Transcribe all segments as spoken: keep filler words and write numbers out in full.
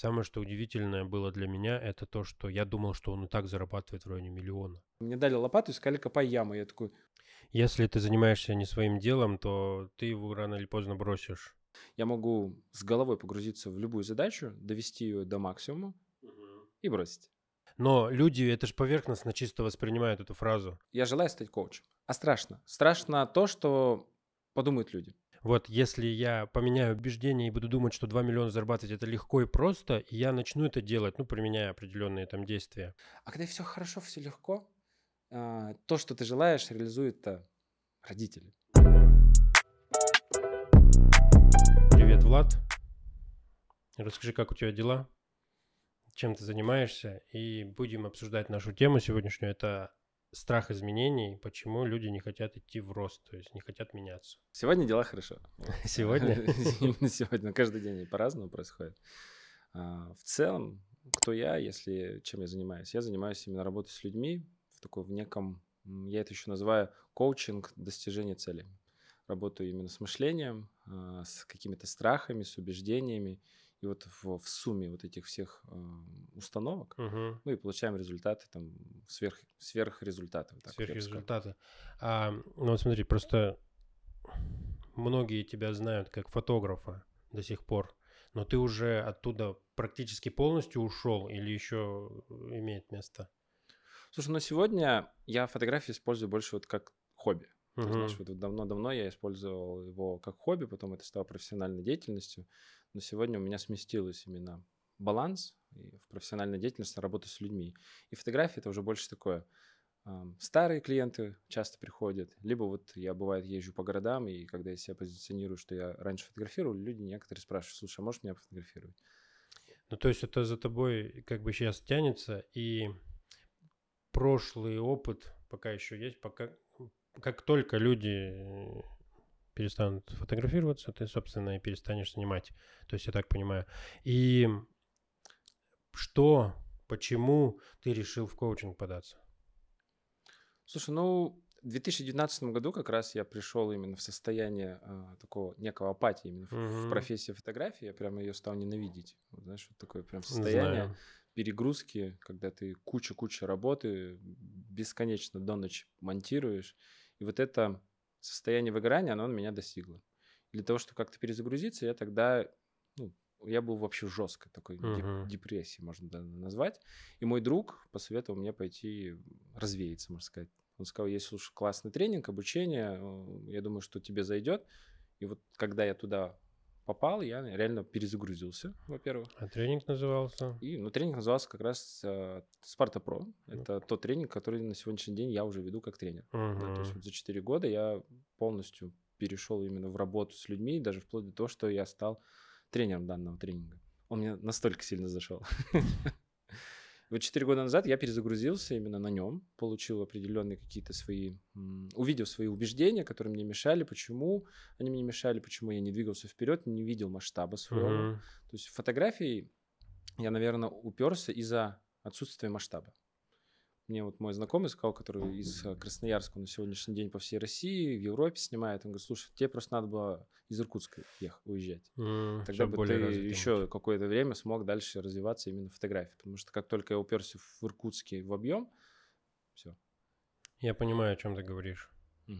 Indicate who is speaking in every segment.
Speaker 1: Самое, что удивительное было для меня, это то, что я думал, что он и так зарабатывает в районе миллиона.
Speaker 2: Мне дали лопату и сказали: "Копай яму". Я такой:
Speaker 1: Если ты занимаешься не своим делом, то ты его рано или поздно бросишь.
Speaker 2: я могу с головой погрузиться в любую задачу, довести ее до максимума
Speaker 1: Мгм.
Speaker 2: и бросить.
Speaker 1: Но люди, это ж поверхностно чисто воспринимают эту фразу.
Speaker 2: Я желаю стать коучем. А страшно. Страшно то, что подумают люди.
Speaker 1: Вот если я поменяю убеждение и буду думать, что два миллиона зарабатывать это легко и просто, и я начну это делать, ну, применяя определенные там действия.
Speaker 2: А когда все хорошо, все легко, а, то, что ты желаешь, реализуют-то родители.
Speaker 1: Привет, Влад. Расскажи, как у тебя дела, чем ты занимаешься, и будем обсуждать нашу тему сегодняшнюю. Это страх изменений, почему люди не хотят идти в рост, то есть не хотят меняться.
Speaker 2: Сегодня дела хорошо. Вот.
Speaker 1: Сегодня?
Speaker 2: Именно сегодня. Каждый день по-разному происходит. А, В целом, кто я, если чем я занимаюсь? Я занимаюсь именно работой с людьми в такой в неком, м, я это еще называю коучинг достижения цели. Работаю именно с мышлением, а, с какими-то страхами, с убеждениями. И вот в, в сумме вот этих всех а, установок
Speaker 1: Угу.
Speaker 2: мы и получаем результаты, там, сверх, сверхрезультаты, вот так вот я бы сказал.
Speaker 1: Сверхрезультаты. А, ну вот смотри, просто многие тебя знают как фотографа до сих пор, но ты уже оттуда практически полностью ушел или еще имеет место?
Speaker 2: Слушай, ну сегодня я фотографии использую больше вот как хобби. То есть, знаешь,
Speaker 1: Угу.
Speaker 2: вот вот давно-давно я использовал его как хобби, потом это стало профессиональной деятельностью. Но сегодня у меня сместилось именно баланс и в профессиональной деятельности работы с людьми. И фотографии это уже больше такое. ам, Старые клиенты часто приходят, либо вот я, бывает, езжу по городам, и когда я себя позиционирую, что я раньше фотографировал, люди некоторые спрашивают: слушай, а можешь меня пофотографировать?
Speaker 1: Ну, то есть это за тобой как бы сейчас тянется, и прошлый опыт пока еще есть, пока как только люди э, перестанут фотографироваться, ты, собственно, и перестанешь снимать. То есть я так понимаю. И что, почему ты решил в коучинг податься?
Speaker 2: Слушай, ну, в две тысячи девятнадцатом году как раз я пришел именно в состояние а, такого некого апатии именно в, в
Speaker 1: Угу.
Speaker 2: профессии фотографии. Я прямо ее стал ненавидеть. Вот, знаешь, вот такое прям состояние
Speaker 1: Знаю.
Speaker 2: перегрузки, когда ты куча-куча работы, бесконечно до ночи монтируешь. И вот это состояние выгорания, оно меня достигло. Для того, чтобы как-то перезагрузиться, я тогда, ну, я был вообще в жесткой такой деп-
Speaker 1: Угу.
Speaker 2: депрессии, можно да- назвать. И мой друг посоветовал мне пойти развеяться, можно сказать. Он сказал: есть, слушай, классный тренинг, обучение, э, я думаю, что тебе зайдет. И вот когда я туда попал, я реально перезагрузился, во-первых.
Speaker 1: А тренинг назывался?
Speaker 2: И, ну, тренинг назывался как раз э, Sparta Pro.
Speaker 1: Ну,
Speaker 2: Это тот тренинг, который на сегодняшний день я уже веду как тренер. Да, то есть
Speaker 1: Мгм.
Speaker 2: вот за четыре года я полностью перешел именно в работу с людьми, даже вплоть до того, что я стал тренером данного тренинга. Он мне настолько сильно зашел. Вот четыре года назад я перезагрузился именно на нем, получил определенные какие-то свои, м, увидел свои убеждения, которые мне мешали, почему они мне мешали, почему я не двигался вперед, не видел масштаба своего.
Speaker 1: Мгм.
Speaker 2: То есть фотографии я, наверное, уперся из-за отсутствия масштаба. Мне вот мой знакомый сказал, который из э, Красноярска, он на сегодняшний день по всей России, в Европе снимает. Он говорит: слушай, тебе просто надо было из Иркутска ехать, уезжать. Тогда
Speaker 1: Чтобы
Speaker 2: бы ты
Speaker 1: более развитым быть.
Speaker 2: еще какое-то время смог дальше развиваться именно в фотографии. Потому что как только я уперся в Иркутске в объем, все.
Speaker 1: Я понимаю, о чем ты говоришь.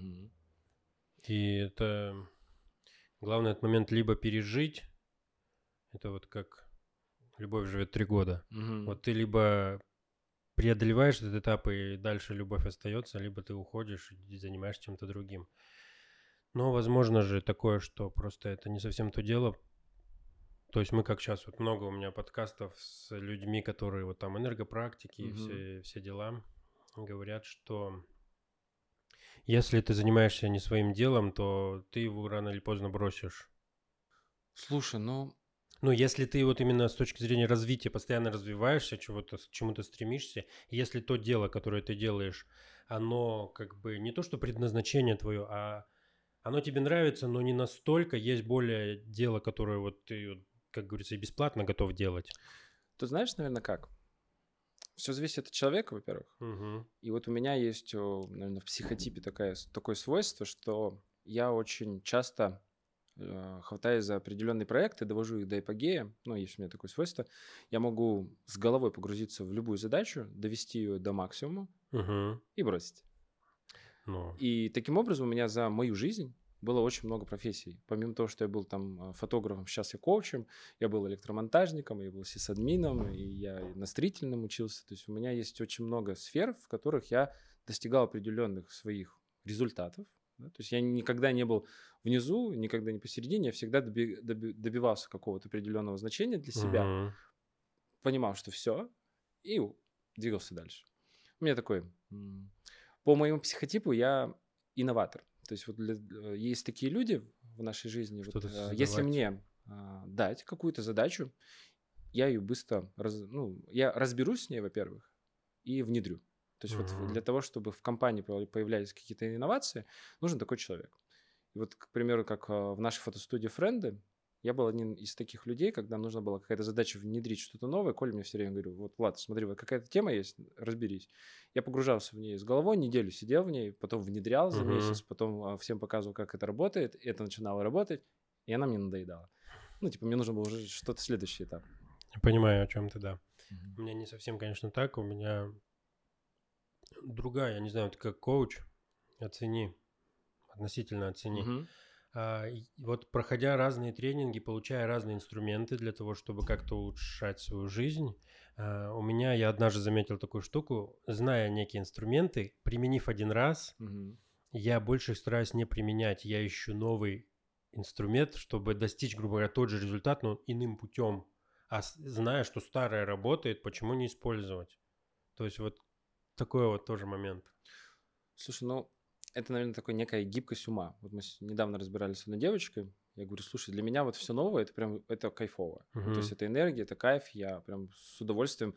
Speaker 1: И это главный этот момент либо пережить, это вот как любовь живет три года. Вот ты либо преодолеваешь этот этап, и дальше любовь остается, либо ты уходишь и занимаешься чем-то другим. Но возможно же такое, что просто это не совсем то дело. То есть мы как сейчас, вот много у меня подкастов с людьми, которые вот там энергопрактики и все, все дела, говорят, что если ты занимаешься не своим делом, то ты его рано или поздно бросишь.
Speaker 2: Слушай, ну,
Speaker 1: Ну, если ты вот именно с точки зрения развития постоянно развиваешься, чего-то, к чему-то стремишься, и если то дело, которое ты делаешь, оно как бы не то, что предназначение твое, а оно тебе нравится, но не настолько, есть более дело, которое вот ты, вот, как говорится, и бесплатно готов делать.
Speaker 2: ты знаешь, наверное, как? Все зависит от человека, во-первых.
Speaker 1: Угу.
Speaker 2: И вот у меня есть, наверное, в психотипе такая, с- такое свойство, что я очень часто э, хватаюсь за определенные проекты, довожу их до апогея, ну, есть у меня такое свойство, я могу с головой погрузиться в любую задачу, довести ее до максимума
Speaker 1: Угу.
Speaker 2: и бросить.
Speaker 1: Ну,
Speaker 2: И таким образом у меня за мою жизнь было очень много профессий. Помимо того, что я был там э, фотографом, сейчас я коучем, я был электромонтажником, я был сисадмином, и я и на строительном учился. То есть у меня есть очень много сфер, в которых я достигал определенных своих результатов. Да? То есть я никогда не был внизу, никогда не посередине, я всегда доби- доби- добивался какого-то определенного значения для себя,
Speaker 1: угу.
Speaker 2: понимал, что все, и у- двигался дальше. У меня такой... м, По моему психотипу я инноватор. То есть вот для- э, есть такие люди в нашей жизни. Вот,
Speaker 1: Что-то
Speaker 2: э, если
Speaker 1: создавать.
Speaker 2: мне а, дать какую-то задачу, я ее быстро, раз- ну, я разберусь с ней, во-первых, и внедрю. То есть вот в- для
Speaker 1: Угу.
Speaker 2: того, чтобы в компании появ- появлялись какие-то инновации, нужен такой человек. И вот, к примеру, как а, в нашей фотостудии «Френды», я был один из таких людей, когда нужно было какая-то задача внедрить что-то новое. Коля мне все время говорил: вот, Влад, смотри, вот какая-то тема есть, разберись. Я погружался в нее с головой, неделю сидел в ней, потом внедрял за
Speaker 1: Угу.
Speaker 2: месяц, потом а, всем показывал, как это работает, и это начинало работать, и она мне надоедала. Ну, типа, мне нужно было уже что-то следующий этап.
Speaker 1: Понимаю, о чем ты, да.
Speaker 2: Мгм.
Speaker 1: У меня не совсем, конечно, так. У меня другая, я не знаю, ты как коуч, оцени, относительно оцени.
Speaker 2: Мгм.
Speaker 1: А, и вот проходя разные тренинги, получая разные инструменты для того, чтобы как-то улучшать свою жизнь, а, у меня, я однажды заметил такую штуку, зная некие инструменты, применив один раз,
Speaker 2: Мгм.
Speaker 1: я больше их стараюсь не применять. Я ищу новый инструмент, чтобы достичь, грубо говоря, тот же результат, но иным путем. А с- зная, что старое работает, почему не использовать? То есть вот такой вот тоже момент.
Speaker 2: Слушай, ну, это, наверное, такая некая гибкость ума. Вот мы с- недавно разбирались с одной девочкой. Я говорю: слушай, для меня вот все новое, это прям, это кайфово. Ну, то есть
Speaker 1: Мгм.
Speaker 2: это энергия, это кайф. Я прям с удовольствием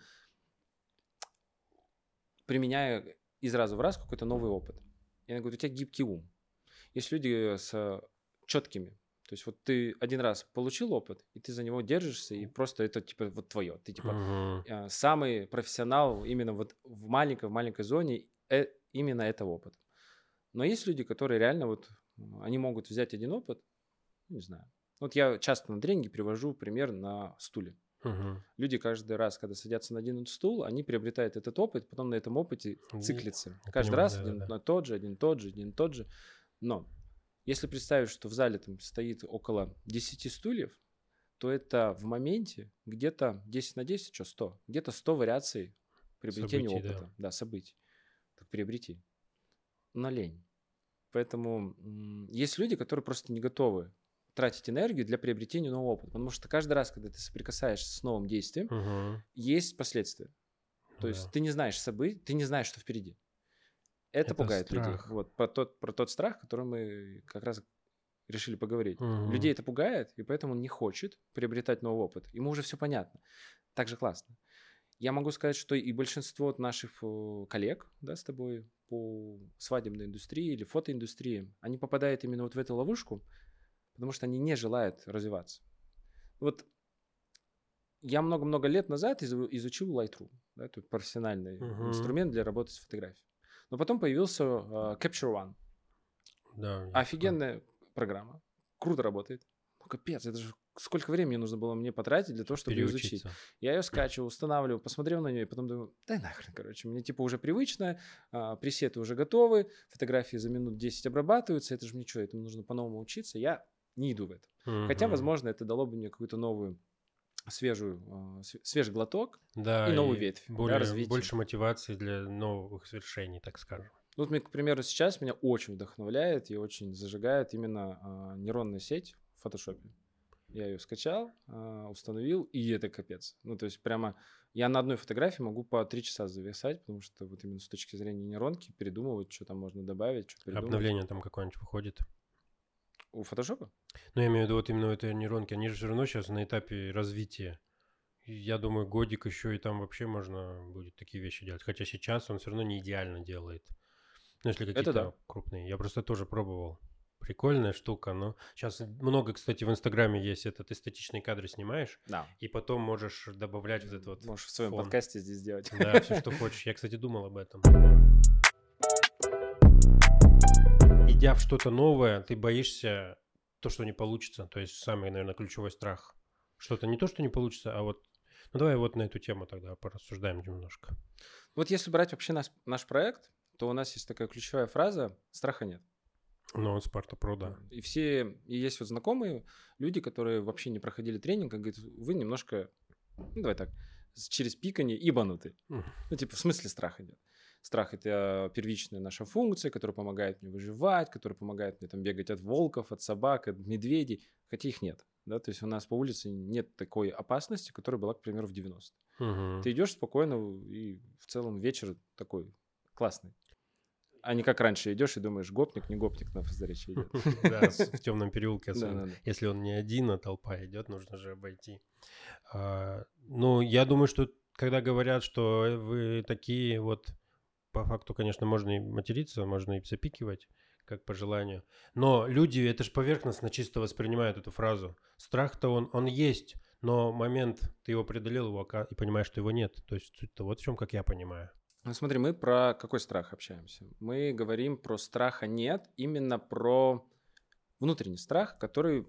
Speaker 2: применяю из раза в раз какой-то новый опыт. И она говорит: у тебя гибкий ум. Есть люди с четкими. То есть вот ты один раз получил опыт, и ты за него держишься, и просто это типа вот твое. Ты типа
Speaker 1: Мгм.
Speaker 2: э, самый профессионал именно вот в маленькой, в маленькой зоне э, именно этого опыта. Но есть люди, которые реально вот, м, они могут взять один опыт, не знаю. Вот я часто на тренинге привожу пример на стуле.
Speaker 1: Мгм.
Speaker 2: Люди каждый раз, когда садятся на один стул, они приобретают этот опыт, потом на этом опыте
Speaker 1: И-
Speaker 2: циклятся.
Speaker 1: я
Speaker 2: Каждый
Speaker 1: понимаю,
Speaker 2: раз один
Speaker 1: да-да-да.
Speaker 2: на тот же, один тот же, один тот же. Но если представить, что в зале там стоит около десяти стульев, то это в моменте где-то десять на десять, что сто, где-то сто вариаций приобретения
Speaker 1: Событий, да.
Speaker 2: опыта, да, событий. Так приобрети. Но лень. Поэтому м, есть люди, которые просто не готовы тратить энергию для приобретения нового опыта. Потому что каждый раз, когда ты соприкасаешься с новым действием,
Speaker 1: Мгм.
Speaker 2: есть последствия. То
Speaker 1: Ну
Speaker 2: есть
Speaker 1: да.
Speaker 2: ты не знаешь событий, ты не знаешь, что впереди. Это,
Speaker 1: Это
Speaker 2: пугает людей.
Speaker 1: страх.
Speaker 2: Вот про тот, про тот страх, который мы как раз решили поговорить.
Speaker 1: Мгм.
Speaker 2: Людей это пугает, и поэтому он не хочет приобретать новый опыт. Ему уже все понятно. Так же классно. Я могу сказать, что и большинство от наших э, коллег, да, с тобой по свадебной индустрии или фотоиндустрии, они попадают именно вот в эту ловушку, потому что они не желают развиваться. Вот я много-много лет назад изу- изучил Lightroom, да, это профессиональный
Speaker 1: Мгм.
Speaker 2: инструмент для работы с фотографией. Но потом появился э, Capture One.
Speaker 1: Да, есть такое.
Speaker 2: Офигенная программа, круто работает. Ну, капец, это же сколько времени нужно было мне потратить для того, чтобы ее изучить.
Speaker 1: Переучиться.
Speaker 2: Я ее скачивал, устанавливал, посмотрел на нее, и потом думаю: да нахрен, короче, мне типа уже привычно, а, пресеты уже готовы, фотографии за минут десять обрабатываются, это же мне что, этому нужно по-новому учиться, я не иду в это. Хотя,
Speaker 1: Мгм.
Speaker 2: возможно, это дало бы мне какую-то новую, свежую, а, све- свежий глоток и
Speaker 1: Да,
Speaker 2: новую
Speaker 1: и
Speaker 2: ветвь, да,
Speaker 1: более,
Speaker 2: развития.
Speaker 1: больше мотивации для новых свершений, так скажем.
Speaker 2: Ну, вот, мне, к примеру, сейчас меня очень вдохновляет и очень зажигает именно а, нейронная сеть в фотошопе. Я ее скачал, а, установил, и это капец. Ну, то есть прямо я на одной фотографии могу по три часа зависать, потому что вот именно с точки зрения нейронки передумывать, что там можно добавить, что придумать.
Speaker 1: Обновление там какое-нибудь выходит.
Speaker 2: У фотошопа?
Speaker 1: Но я имею в виду вот именно этой нейронки. Они же все равно сейчас на этапе развития. И я думаю, годик еще и там вообще можно будет такие вещи делать. Хотя сейчас он все равно не идеально делает. Ну, если
Speaker 2: Это
Speaker 1: какие-то
Speaker 2: да.
Speaker 1: крупные. Я просто тоже пробовал. Прикольная штука, но сейчас много, кстати, в Инстаграме есть этот эстетичные кадры снимаешь,
Speaker 2: Да.
Speaker 1: и потом можешь добавлять вот этот вот
Speaker 2: Можешь в своем
Speaker 1: фон.
Speaker 2: подкасте здесь сделать.
Speaker 1: Да, все, что хочешь. Я, кстати, думал об этом. Идя в что-то новое, ты боишься то, что не получится. То есть самый, наверное, ключевой страх. Что-то не то, что не получится, а вот... Ну, давай вот на эту тему тогда порассуждаем немножко.
Speaker 2: Вот если брать вообще наш, наш проект, то у нас есть такая ключевая фраза «страха нет».
Speaker 1: Ну, Sparta Pro, да.
Speaker 2: И все, и есть вот знакомые люди, которые вообще не проходили тренинг, и говорят, вы немножко, ну, давай так, через пиканье ибануты.
Speaker 1: Mm.
Speaker 2: Ну, типа, в смысле страха нет? Страх – это первичная наша функция, которая помогает мне выживать, которая помогает мне там бегать от волков, от собак, от медведей, хотя их нет. Да? То есть у нас по улице нет такой опасности, которая была, к примеру, в девяностые.
Speaker 1: Mm-hmm.
Speaker 2: Ты идешь спокойно, и в целом вечер такой классный. А не как раньше идешь и думаешь, гопник, не гопник на Фазариче идет.
Speaker 1: Да, в темном переулке, особенно. Если он не один, а толпа идет, нужно же обойти. Ну, я думаю, что когда говорят, что вы такие вот, по факту, конечно, можно и материться, можно и запикивать, как по желанию. Но люди, это же поверхностно чисто воспринимают эту фразу. Страх-то он, он есть, но момент, ты его преодолел его, и понимаешь, что его нет. То есть суть-то вот в чем, как я понимаю.
Speaker 2: Ну, смотри, мы про какой страх общаемся? Мы говорим про страха нет, именно про внутренний страх, который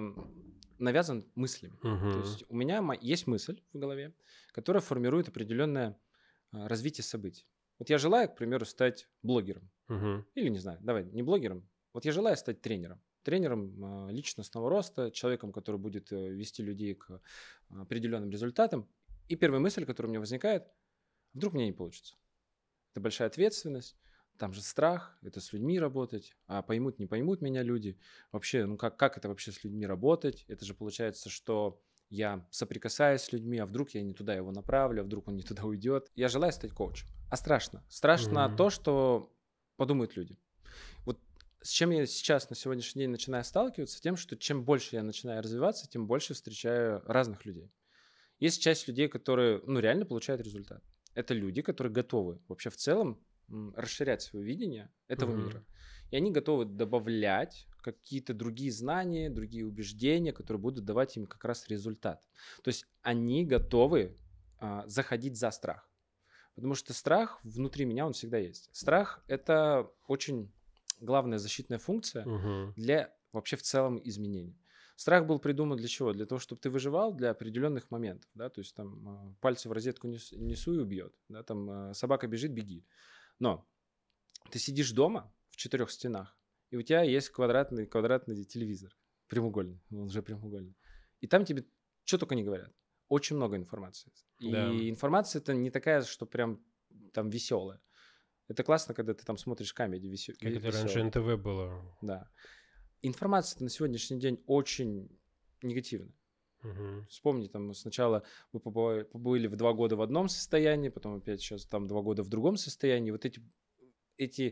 Speaker 2: навязан мыслями.
Speaker 1: Uh-huh.
Speaker 2: То есть у меня есть мысль в голове, которая формирует определенное развитие событий. Вот я желаю, к примеру, стать блогером.
Speaker 1: Uh-huh.
Speaker 2: Или, не знаю, давай, не блогером. Вот я желаю стать тренером. Тренером личностного роста, человеком, который будет вести людей к определенным результатам. И первая мысль, которая у меня возникает, вдруг мне не получится. Это большая ответственность, там же страх, это с людьми работать, а поймут, не поймут меня люди. Вообще, ну как, как это вообще с людьми работать? Это же получается, что я соприкасаюсь с людьми, а вдруг я не туда его направлю, а вдруг он не туда уйдет. Я желаю стать коучем. А страшно. Страшно
Speaker 1: Mm-hmm.
Speaker 2: то, что подумают люди. Вот с чем я сейчас на сегодняшний день начинаю сталкиваться, тем, что чем больше я начинаю развиваться, тем больше встречаю разных людей. Есть часть людей, которые, ну, реально получают результат. Это люди, которые готовы вообще в целом м, расширять свое видение этого
Speaker 1: Mm-hmm.
Speaker 2: мира. И они готовы добавлять какие-то другие знания, другие убеждения, которые будут давать им как раз результат. То есть они готовы а, заходить за страх. Потому что страх внутри меня, он всегда есть. Страх – это очень главная защитная функция
Speaker 1: Mm-hmm.
Speaker 2: для вообще в целом изменений. Страх был придуман для чего? Для того, чтобы ты выживал для определенных моментов. Да? То есть там пальцы в розетку несу и убьет. Да? Там собака бежит, беги. Но ты сидишь дома в четырех стенах, и у тебя есть квадратный, квадратный телевизор. Прямоугольный. Он уже прямоугольный. И там тебе что только не говорят. Очень много информации. И
Speaker 1: да.
Speaker 2: информация это не такая, что прям там веселая. Это классно, когда ты там смотришь комедий весел...
Speaker 1: Как это
Speaker 2: веселый.
Speaker 1: раньше эн тэ вэ было.
Speaker 2: Да. Информация на сегодняшний день очень негативная.
Speaker 1: Угу.
Speaker 2: Вспомни, там сначала вы побывали, побыли в два года в одном состоянии, потом опять сейчас там два года в другом состоянии. Вот эти, эти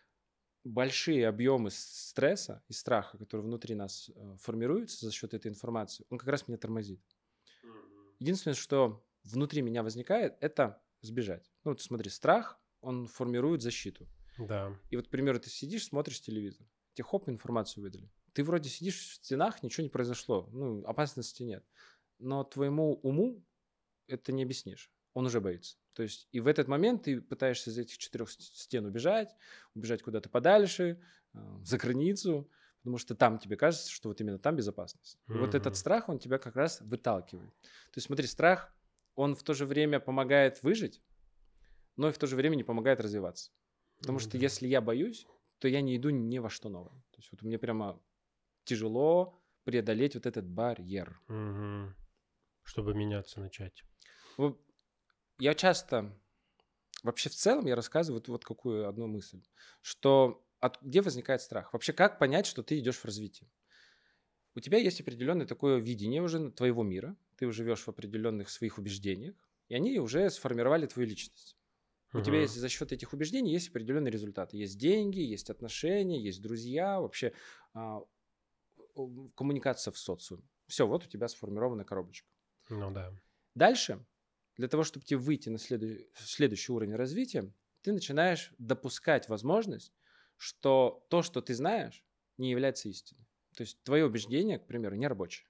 Speaker 2: большие объемы стресса и страха, которые внутри нас э, формируются за счет этой информации, он как раз меня тормозит. Единственное, что внутри меня возникает, это сбежать. Ну вот смотри, страх, он формирует защиту.
Speaker 1: Да.
Speaker 2: И вот, к примеру, ты сидишь, смотришь телевизор, тебе хоп, информацию выдали. Ты вроде сидишь в стенах, ничего не произошло, ну, опасности нет. Но твоему уму это не объяснишь, он уже боится. То есть и в этот момент ты пытаешься из этих четырех стен убежать, убежать куда-то подальше, за границу, потому что там тебе кажется, что вот именно там безопасность. И mm-hmm. вот этот страх, он тебя как раз выталкивает. То есть смотри, страх, он в то же время помогает выжить, но и в то же время не помогает развиваться. Потому mm-hmm. что если я боюсь, то я не иду ни во что новое. То есть вот мне прямо тяжело преодолеть вот этот барьер.
Speaker 1: Mm-hmm. Чтобы меняться начать.
Speaker 2: Вот я часто, вообще в целом я рассказываю вот, вот какую одну мысль, что от, где возникает страх? Вообще как понять, что ты идешь в развитие? У тебя есть определенное такое видение уже твоего мира, ты живешь в определенных своих убеждениях, и они уже сформировали твою личность. У uh-huh. тебя есть за счет этих убеждений есть определенные результаты. Есть деньги, есть отношения, есть друзья, вообще а, коммуникация в социуме. Все, вот у тебя сформирована коробочка.
Speaker 1: Ну да.
Speaker 2: Дальше, для того, чтобы тебе выйти на следующий, следующий уровень развития, ты начинаешь допускать возможность, что то, что ты знаешь, не является истиной. То есть твое убеждение, к примеру, не рабочее.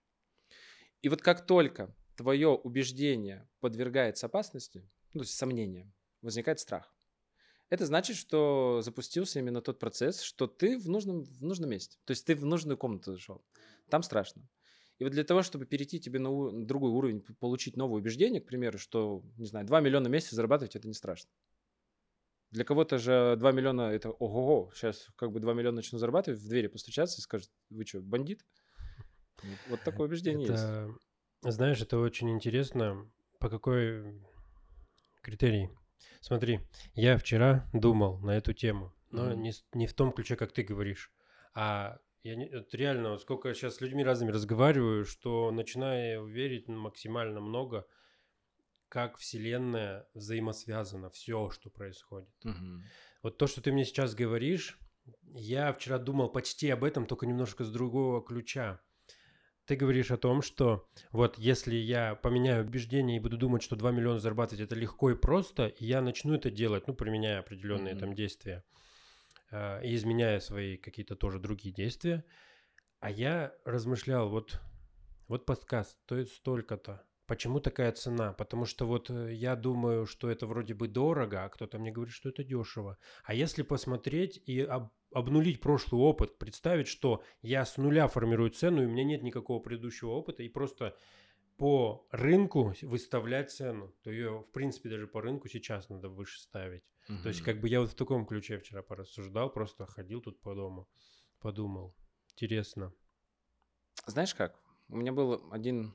Speaker 2: И вот как только твое убеждение подвергается опасности, ну, то есть сомнениям, возникает страх. Это значит, что запустился именно тот процесс, что ты в нужном, в нужном месте. То есть ты в нужную комнату зашел. Там страшно. И вот для того, чтобы перейти тебе на, у- на другой уровень, п- получить новое убеждение, к примеру, что, не знаю, два миллиона в месяц зарабатывать, это не страшно. Для кого-то же два миллиона это ого-го. Сейчас как бы два миллиона начну зарабатывать, в двери постучаться и скажут, вы что, бандит? Вот, вот такое убеждение есть.
Speaker 1: Это, знаешь, это очень интересно. По какой критерии? Смотри, я вчера думал на эту тему, но
Speaker 2: Мгм.
Speaker 1: не, с- не в том ключе, как ты говоришь, а я не, вот реально, вот сколько я сейчас с людьми разными разговариваю, что начинаю верить максимально много, как Вселенная взаимосвязана, все, что происходит.
Speaker 2: Мгм.
Speaker 1: Вот то, что ты мне сейчас говоришь, я вчера думал почти об этом, только немножко с другого ключа. Ты говоришь о том, что вот если я поменяю убеждение и буду думать, что два миллиона зарабатывать это легко и просто, и я начну это делать, ну, применяя определенные
Speaker 2: Мгм.
Speaker 1: там действия, э, и изменяя свои какие-то тоже другие действия, а я размышлял, вот, вот подкаст стоит столько-то. Почему такая цена? Потому что вот э, я думаю, что это вроде бы дорого, а кто-то мне говорит, что это дешево. А если посмотреть и об- обнулить прошлый опыт, представить, что я с нуля формирую цену, и у меня нет никакого предыдущего опыта, и просто по рынку выставлять цену, то ее, в принципе, даже по рынку сейчас надо выше ставить. То есть,
Speaker 2: Мгм.
Speaker 1: как бы я вот в таком ключе вчера порассуждал, просто ходил тут по дому, подумал. Интересно.
Speaker 2: Знаешь как? У меня был один,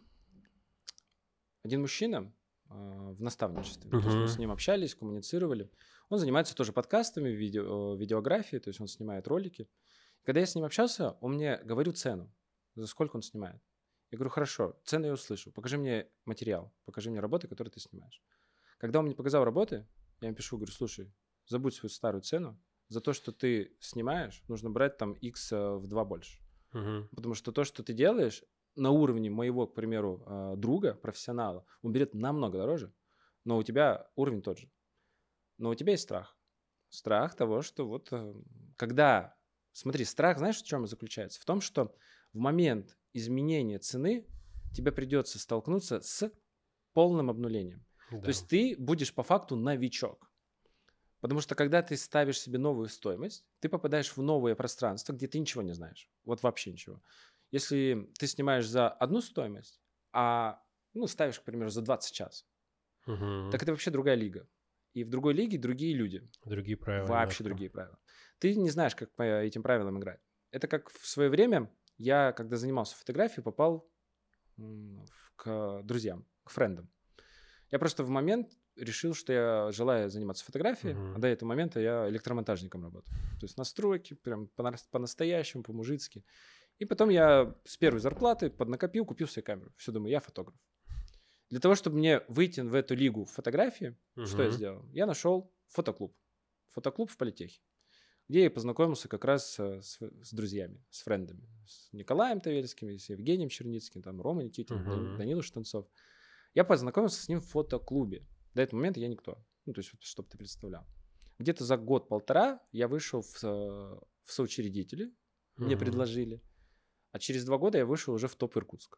Speaker 2: один мужчина а, в наставничестве. То есть мы с
Speaker 1: Угу.
Speaker 2: ним общались, коммуницировали. Он занимается тоже подкастами, видео, э, видеографией, то есть он снимает ролики. Когда я с ним общался, он мне говорил цену, за сколько он снимает. Я говорю, хорошо, цену я услышу, покажи мне материал, покажи мне работы, которые ты снимаешь. Когда он мне показал работы, я ему пишу, говорю, слушай, забудь свою старую цену, за то, что ты снимаешь, нужно брать там X э, в два больше.
Speaker 1: Угу.
Speaker 2: Потому что то, что ты делаешь, на уровне моего, к примеру, э, друга, профессионала, он берет намного дороже, но у тебя уровень тот же. Но у тебя есть страх. Страх того, что вот э, когда... Смотри, страх, знаешь, в чем заключается? В том, что в момент изменения цены тебе придется столкнуться с полным обнулением. То
Speaker 1: Да.
Speaker 2: есть ты будешь по факту новичок. Потому что когда ты ставишь себе новую стоимость, ты попадаешь в новое пространство, где ты ничего не знаешь. Вот вообще ничего. Если ты снимаешь за одну стоимость, а ну, ставишь, к примеру, за двадцать час,
Speaker 1: Угу.
Speaker 2: так это вообще другая лига. И в другой лиге другие люди.
Speaker 1: Другие правила
Speaker 2: Вообще
Speaker 1: немножко.
Speaker 2: другие правила. Ты не знаешь, как по этим правилам играть. Это как в свое время я, когда занимался фотографией, попал м, в- к друзьям, к френдам. Я просто в момент решил, что я желаю заниматься фотографией, а
Speaker 1: Угу.
Speaker 2: до этого момента я электромонтажником работал. То есть настройки, прям по- по-настоящему, по-мужицки. И потом я с первой зарплаты поднакопил, купил себе камеру. Все, думаю, я фотограф. Для того, чтобы мне выйти в эту лигу фотографии, что я
Speaker 1: Угу.
Speaker 2: сделал? Я нашел фотоклуб. Фотоклуб в Политехе, где я познакомился как раз э, с, с друзьями, с френдами. С Николаем Тавельским, с Евгением Черницким, там, Рома Никитин, Дани-
Speaker 1: Угу.
Speaker 2: Данила Штанцов. Я познакомился с ним в фотоклубе. До этого момента я никто. Ну, то есть, вот, чтобы ты представлял. Где-то за год-полтора я вышел в, э, в соучредители, мне
Speaker 1: Угу.
Speaker 2: предложили. А через два года я вышел уже в топ Иркутск.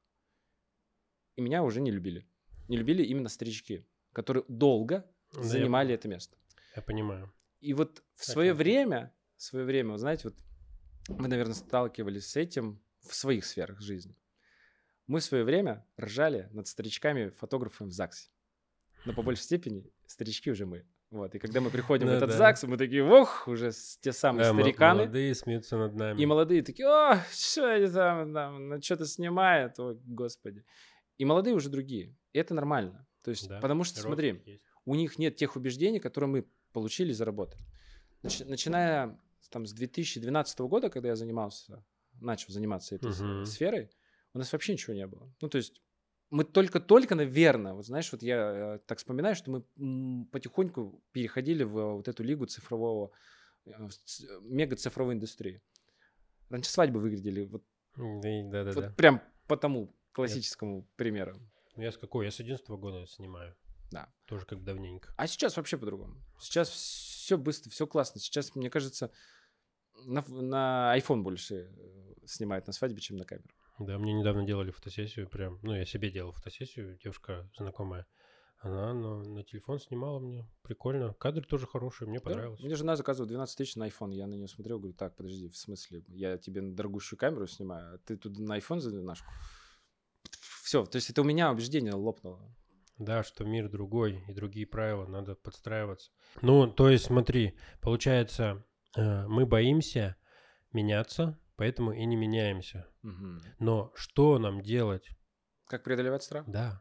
Speaker 2: И меня уже не любили. Не любили именно старички, которые долго
Speaker 1: Да, я,
Speaker 2: занимали это место.
Speaker 1: я понимаю.
Speaker 2: И вот в
Speaker 1: О
Speaker 2: свое
Speaker 1: чем ты.
Speaker 2: время, в свое время, вы знаете, вот вы, наверное, сталкивались с этим в своих сферах жизни. Мы в свое время ржали над старичками-фотографами в ЗАГСе. Но по большей степени старички уже мы. Вот. И когда мы приходим в
Speaker 1: Ну
Speaker 2: этот
Speaker 1: да.
Speaker 2: ЗАГС, мы такие, ох, уже с- те самые
Speaker 1: Да, м-
Speaker 2: стариканы.
Speaker 1: молодые смеются над
Speaker 2: И
Speaker 1: нами.
Speaker 2: молодые такие, о, что они там, там на что-то снимают, ой, господи. И молодые уже другие. И это нормально. То есть,
Speaker 1: Да,
Speaker 2: потому что,
Speaker 1: рост
Speaker 2: смотри,
Speaker 1: есть.
Speaker 2: у них нет тех убеждений, которые мы получили за работу. Нач- начиная там, с две тысячи двенадцатого года, когда я занимался, начал заниматься этой с-
Speaker 1: Угу.
Speaker 2: сферой, у нас вообще ничего не было. Ну, то есть мы только-только, наверное, вот знаешь, вот я э, так вспоминаю, что мы м, потихоньку переходили в э, вот эту лигу цифрового, э, ц- мега-цифровой индустрии. Раньше свадьбы выглядели вот,
Speaker 1: Да, да,
Speaker 2: вот
Speaker 1: да.
Speaker 2: прям по тому
Speaker 1: Я,
Speaker 2: классическому примеру.
Speaker 1: я с какой? Я с одиннадцатого года снимаю.
Speaker 2: Да.
Speaker 1: Тоже как давненько.
Speaker 2: А сейчас вообще по-другому. Сейчас все быстро, все классно. Сейчас, мне кажется, на, ф- на iPhone больше э, снимают на свадьбе, чем на камеру.
Speaker 1: Да, мне недавно делали фотосессию прям. Ну, я себе делал фотосессию, девушка знакомая. Она ну, на телефон снимала мне. Прикольно. Кадр тоже хороший, мне
Speaker 2: Да?
Speaker 1: понравилось.
Speaker 2: Мне жена заказывала двенадцать тысяч на iPhone. Я на нее смотрел, говорю, так, подожди, в смысле? Я тебе на дорогущую камеру снимаю, а ты тут на iPhone за двенашку? Все, то есть это у меня убеждение лопнуло.
Speaker 1: Да, что мир другой и другие правила, надо подстраиваться. Ну, то есть смотри, получается, э, мы боимся меняться, поэтому и не меняемся.
Speaker 2: Угу.
Speaker 1: Но что нам делать?
Speaker 2: Как преодолевать страх?
Speaker 1: Да.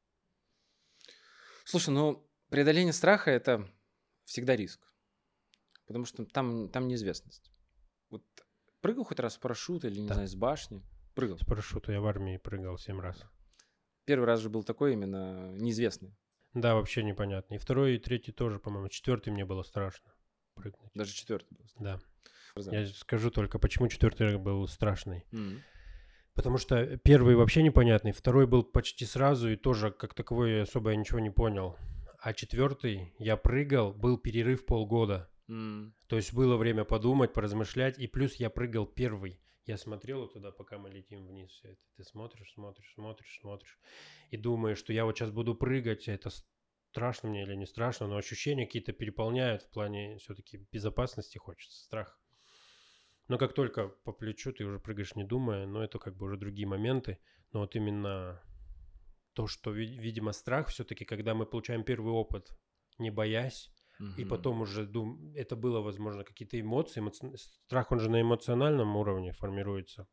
Speaker 2: Слушай, ну, преодоление страха – это всегда риск, потому что там, там неизвестность. Вот прыгал хоть раз с парашюта или, не
Speaker 1: Да.
Speaker 2: знаю, с башни? Прыгал.
Speaker 1: С парашюта я в армии прыгал семь раз.
Speaker 2: Первый раз же был такой именно неизвестный.
Speaker 1: Да, вообще непонятно. И второй, и третий тоже, по-моему. Четвертый мне было страшно прыгнуть.
Speaker 2: Даже четвертый был.
Speaker 1: Да.
Speaker 2: Разумею.
Speaker 1: Я скажу только, почему четвертый был страшный.
Speaker 2: Mm.
Speaker 1: Потому что первый вообще непонятный, второй был почти сразу, и тоже как таковой особо я ничего не понял. А четвертый, я прыгал, был перерыв полгода.
Speaker 2: Mm.
Speaker 1: То есть было время подумать, поразмышлять, и плюс я прыгал первый. Я смотрел туда, пока мы летим вниз, все это. Ты смотришь, смотришь, смотришь, смотришь, и думаешь, что я вот сейчас буду прыгать, это страшно мне или не страшно, но ощущения какие-то переполняют в плане все-таки безопасности, хочется, страх. Но как только по плечу ты уже прыгаешь не думая, но это как бы уже другие моменты. Но вот именно то, что, видимо, страх все-таки, когда мы получаем первый опыт, не боясь, mm-hmm. и потом уже дум... это было, возможно, какие-то эмоции. Эмоци... Страх, он же на эмоциональном уровне формируется.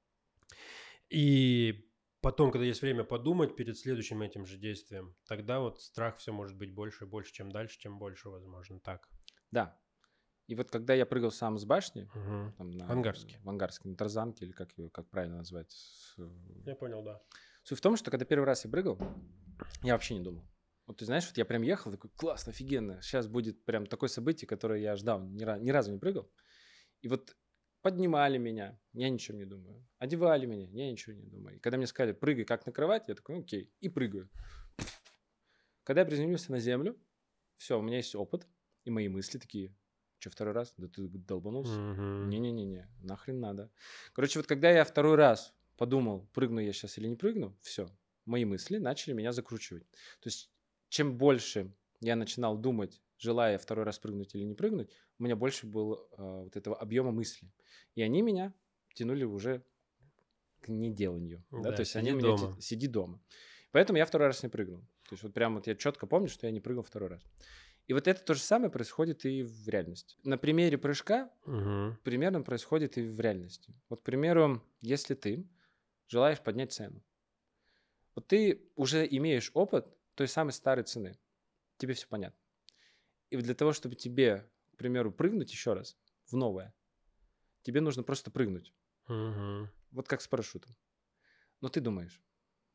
Speaker 1: И потом, когда есть время подумать перед следующим этим же действием, тогда вот страх все может быть больше и больше, чем дальше, чем больше, возможно, так.
Speaker 2: Да. И вот когда я прыгал сам с башни,
Speaker 1: угу.
Speaker 2: там на,
Speaker 1: в Ангарске.
Speaker 2: в Ангарске, на Тарзанке, или как, как правильно назвать? С...
Speaker 1: Я понял, да.
Speaker 2: Суть в том, что когда первый раз я прыгал, я вообще не думал. Вот ты знаешь, вот я прям ехал, такой, классно, офигенно, сейчас будет прям такое событие, которое я ждал, ни, раз, ни разу не прыгал. И вот поднимали меня, я ничего не думаю. Одевали меня, я ничего не думаю. И когда мне сказали, прыгай как на кровать, я такой, окей, и прыгаю. Когда я приземлился на землю, все, у меня есть опыт, и мои мысли такие, что, второй раз? Да ты долбанулся?
Speaker 1: Mm-hmm.
Speaker 2: Не-не-не, нахрен надо. Короче, вот когда я второй раз подумал, прыгну я сейчас или не прыгну, все, мои мысли начали меня закручивать. То есть чем больше я начинал думать, желая второй раз прыгнуть или не прыгнуть, у меня больше было э, вот этого объема мыслей. И они меня тянули уже к неделанию. Да,
Speaker 1: да,
Speaker 2: то есть
Speaker 1: сиди
Speaker 2: они
Speaker 1: дома.
Speaker 2: меня... Сиди дома. Поэтому я второй раз не прыгнул. То есть вот прям вот я четко помню, что я не прыгал второй раз. И вот это то же самое происходит и в реальности. На примере прыжка
Speaker 1: угу.
Speaker 2: примерно происходит и в реальности. Вот, к примеру, если ты желаешь поднять цену, вот ты уже имеешь опыт той самой старой цены, тебе все понятно. И для того, чтобы тебе, к примеру, прыгнуть еще раз в новое, тебе нужно просто прыгнуть.
Speaker 1: Угу.
Speaker 2: Вот как с парашютом. Но ты думаешь,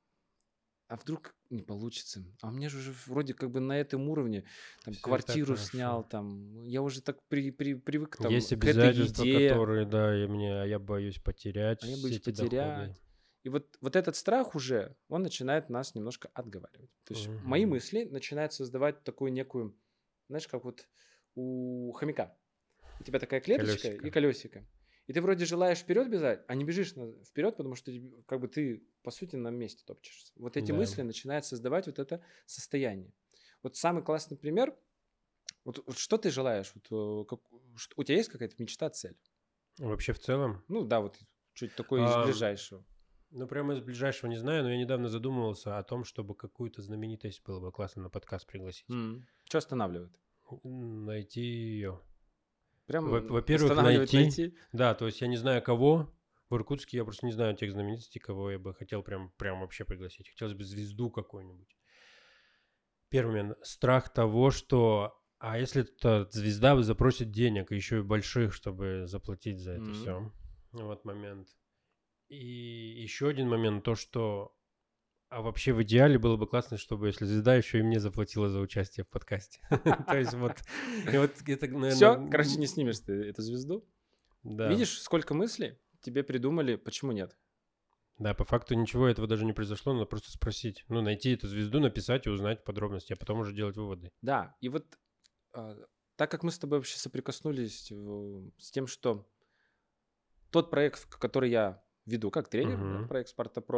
Speaker 2: а вдруг не получится? А у меня же уже вроде как бы на этом уровне там, квартиру снял, там, я уже так при, при, привык там,
Speaker 1: есть
Speaker 2: к этой
Speaker 1: обязательства,
Speaker 2: еде.
Speaker 1: которые, да, и мне, а я боюсь потерять.
Speaker 2: А я боюсь
Speaker 1: эти
Speaker 2: потерять.
Speaker 1: доходы.
Speaker 2: И вот, вот этот страх уже, он начинает нас немножко отговаривать. То есть
Speaker 1: угу.
Speaker 2: мои мысли начинают создавать такую некую, знаешь, как вот у хомяка. У тебя такая клеточка
Speaker 1: колесико.
Speaker 2: И колесико. И ты вроде желаешь вперед бежать, а не бежишь вперед, потому что как бы ты, по сути, на месте топчешься. Вот эти
Speaker 1: да.
Speaker 2: мысли начинают создавать вот это состояние. Вот самый классный пример. Вот, вот что ты желаешь? Вот, как, что, у тебя есть какая-то мечта, цель?
Speaker 1: Вообще в целом?
Speaker 2: Ну да, вот чуть такое
Speaker 1: а,
Speaker 2: из ближайшего.
Speaker 1: Ну, прямо из ближайшего не знаю, но я недавно задумывался о том, чтобы какую-то знаменитость было бы классно на подкаст пригласить.
Speaker 2: Mm. Что останавливает?
Speaker 1: Найти ее.
Speaker 2: Прям
Speaker 1: Во-первых, найти,
Speaker 2: найти.
Speaker 1: Да, то есть я не знаю кого. В Иркутске я просто не знаю тех знаменитостей, кого я бы хотел прям, прям вообще пригласить. Хотелось бы звезду какую-нибудь. Первый момент. Страх того, что... А если эта звезда запросит денег, еще и больших, чтобы заплатить за это mm-hmm. все. Вот момент. И еще один момент. То, что... А вообще в идеале было бы классно, чтобы если звезда еще и мне заплатила за участие в подкасте. То есть вот это, наверное...
Speaker 2: Все, короче, не снимешь ты эту звезду.
Speaker 1: Да.
Speaker 2: Видишь, сколько мыслей тебе придумали, почему нет?
Speaker 1: Да, по факту ничего этого даже не произошло, надо просто спросить. Ну, найти эту звезду, написать и узнать подробности, а потом уже делать выводы.
Speaker 2: Да, и вот так как мы с тобой вообще соприкоснулись с тем, что тот проект, который я веду как тренер, проект Sparta Pro,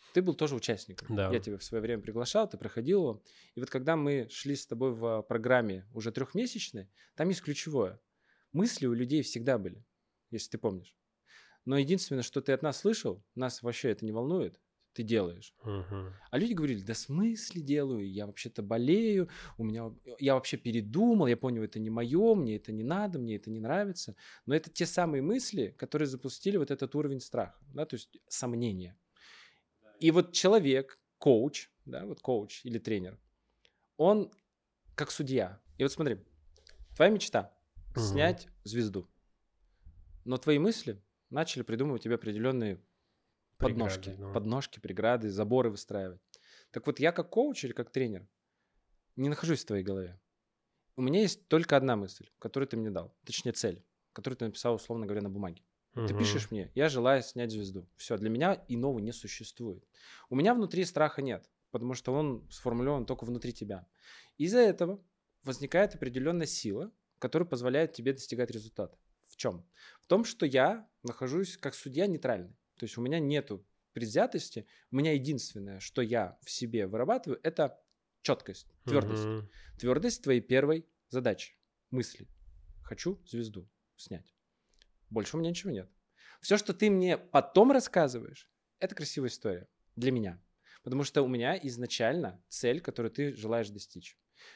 Speaker 2: Ты был тоже участником.
Speaker 1: Да.
Speaker 2: Я тебя в свое время приглашал, ты проходил его. И вот когда мы шли с тобой в программе уже трехмесячной, там есть ключевое. Мысли у людей всегда были, если ты помнишь. Но единственное, что ты от нас слышал, нас вообще это не волнует, ты делаешь.
Speaker 1: Угу.
Speaker 2: А люди говорили, да в смысле делаю, я вообще-то болею, у меня, я вообще передумал, я понял, это не мое, мне это не надо, мне это не нравится. Но это те самые мысли, которые запустили вот этот уровень страха, да, то есть сомнения. И вот человек, коуч, да, вот коуч или тренер, он как судья. И вот смотри, твоя мечта –
Speaker 1: Угу.
Speaker 2: снять звезду. Но твои мысли начали придумывать тебе определенные подножки,
Speaker 1: Преграды, ну.
Speaker 2: подножки, преграды, заборы выстраивать. Так вот, я как коуч или как тренер не нахожусь в твоей голове. У меня есть только одна мысль, которую ты мне дал, точнее цель, которую ты написал, условно говоря, на бумаге.
Speaker 1: Угу.
Speaker 2: Ты пишешь мне, я желаю снять звезду. Все, для меня иного не существует. У меня внутри страха нет, потому что он сформулирован только внутри тебя. Из-за этого возникает определенная сила, которая позволяет тебе достигать результата. В чем? В том, что я нахожусь как судья нейтральный. То есть у меня нету предвзятости. У меня единственное, что я в себе вырабатываю, это четкость, твердость.
Speaker 1: Угу.
Speaker 2: Твердость твоей первой задачи, мысли. Хочу звезду снять. Больше у меня ничего нет. Все, что ты мне потом рассказываешь, это красивая история для меня. Потому что у меня изначально цель, которую ты желаешь достичь.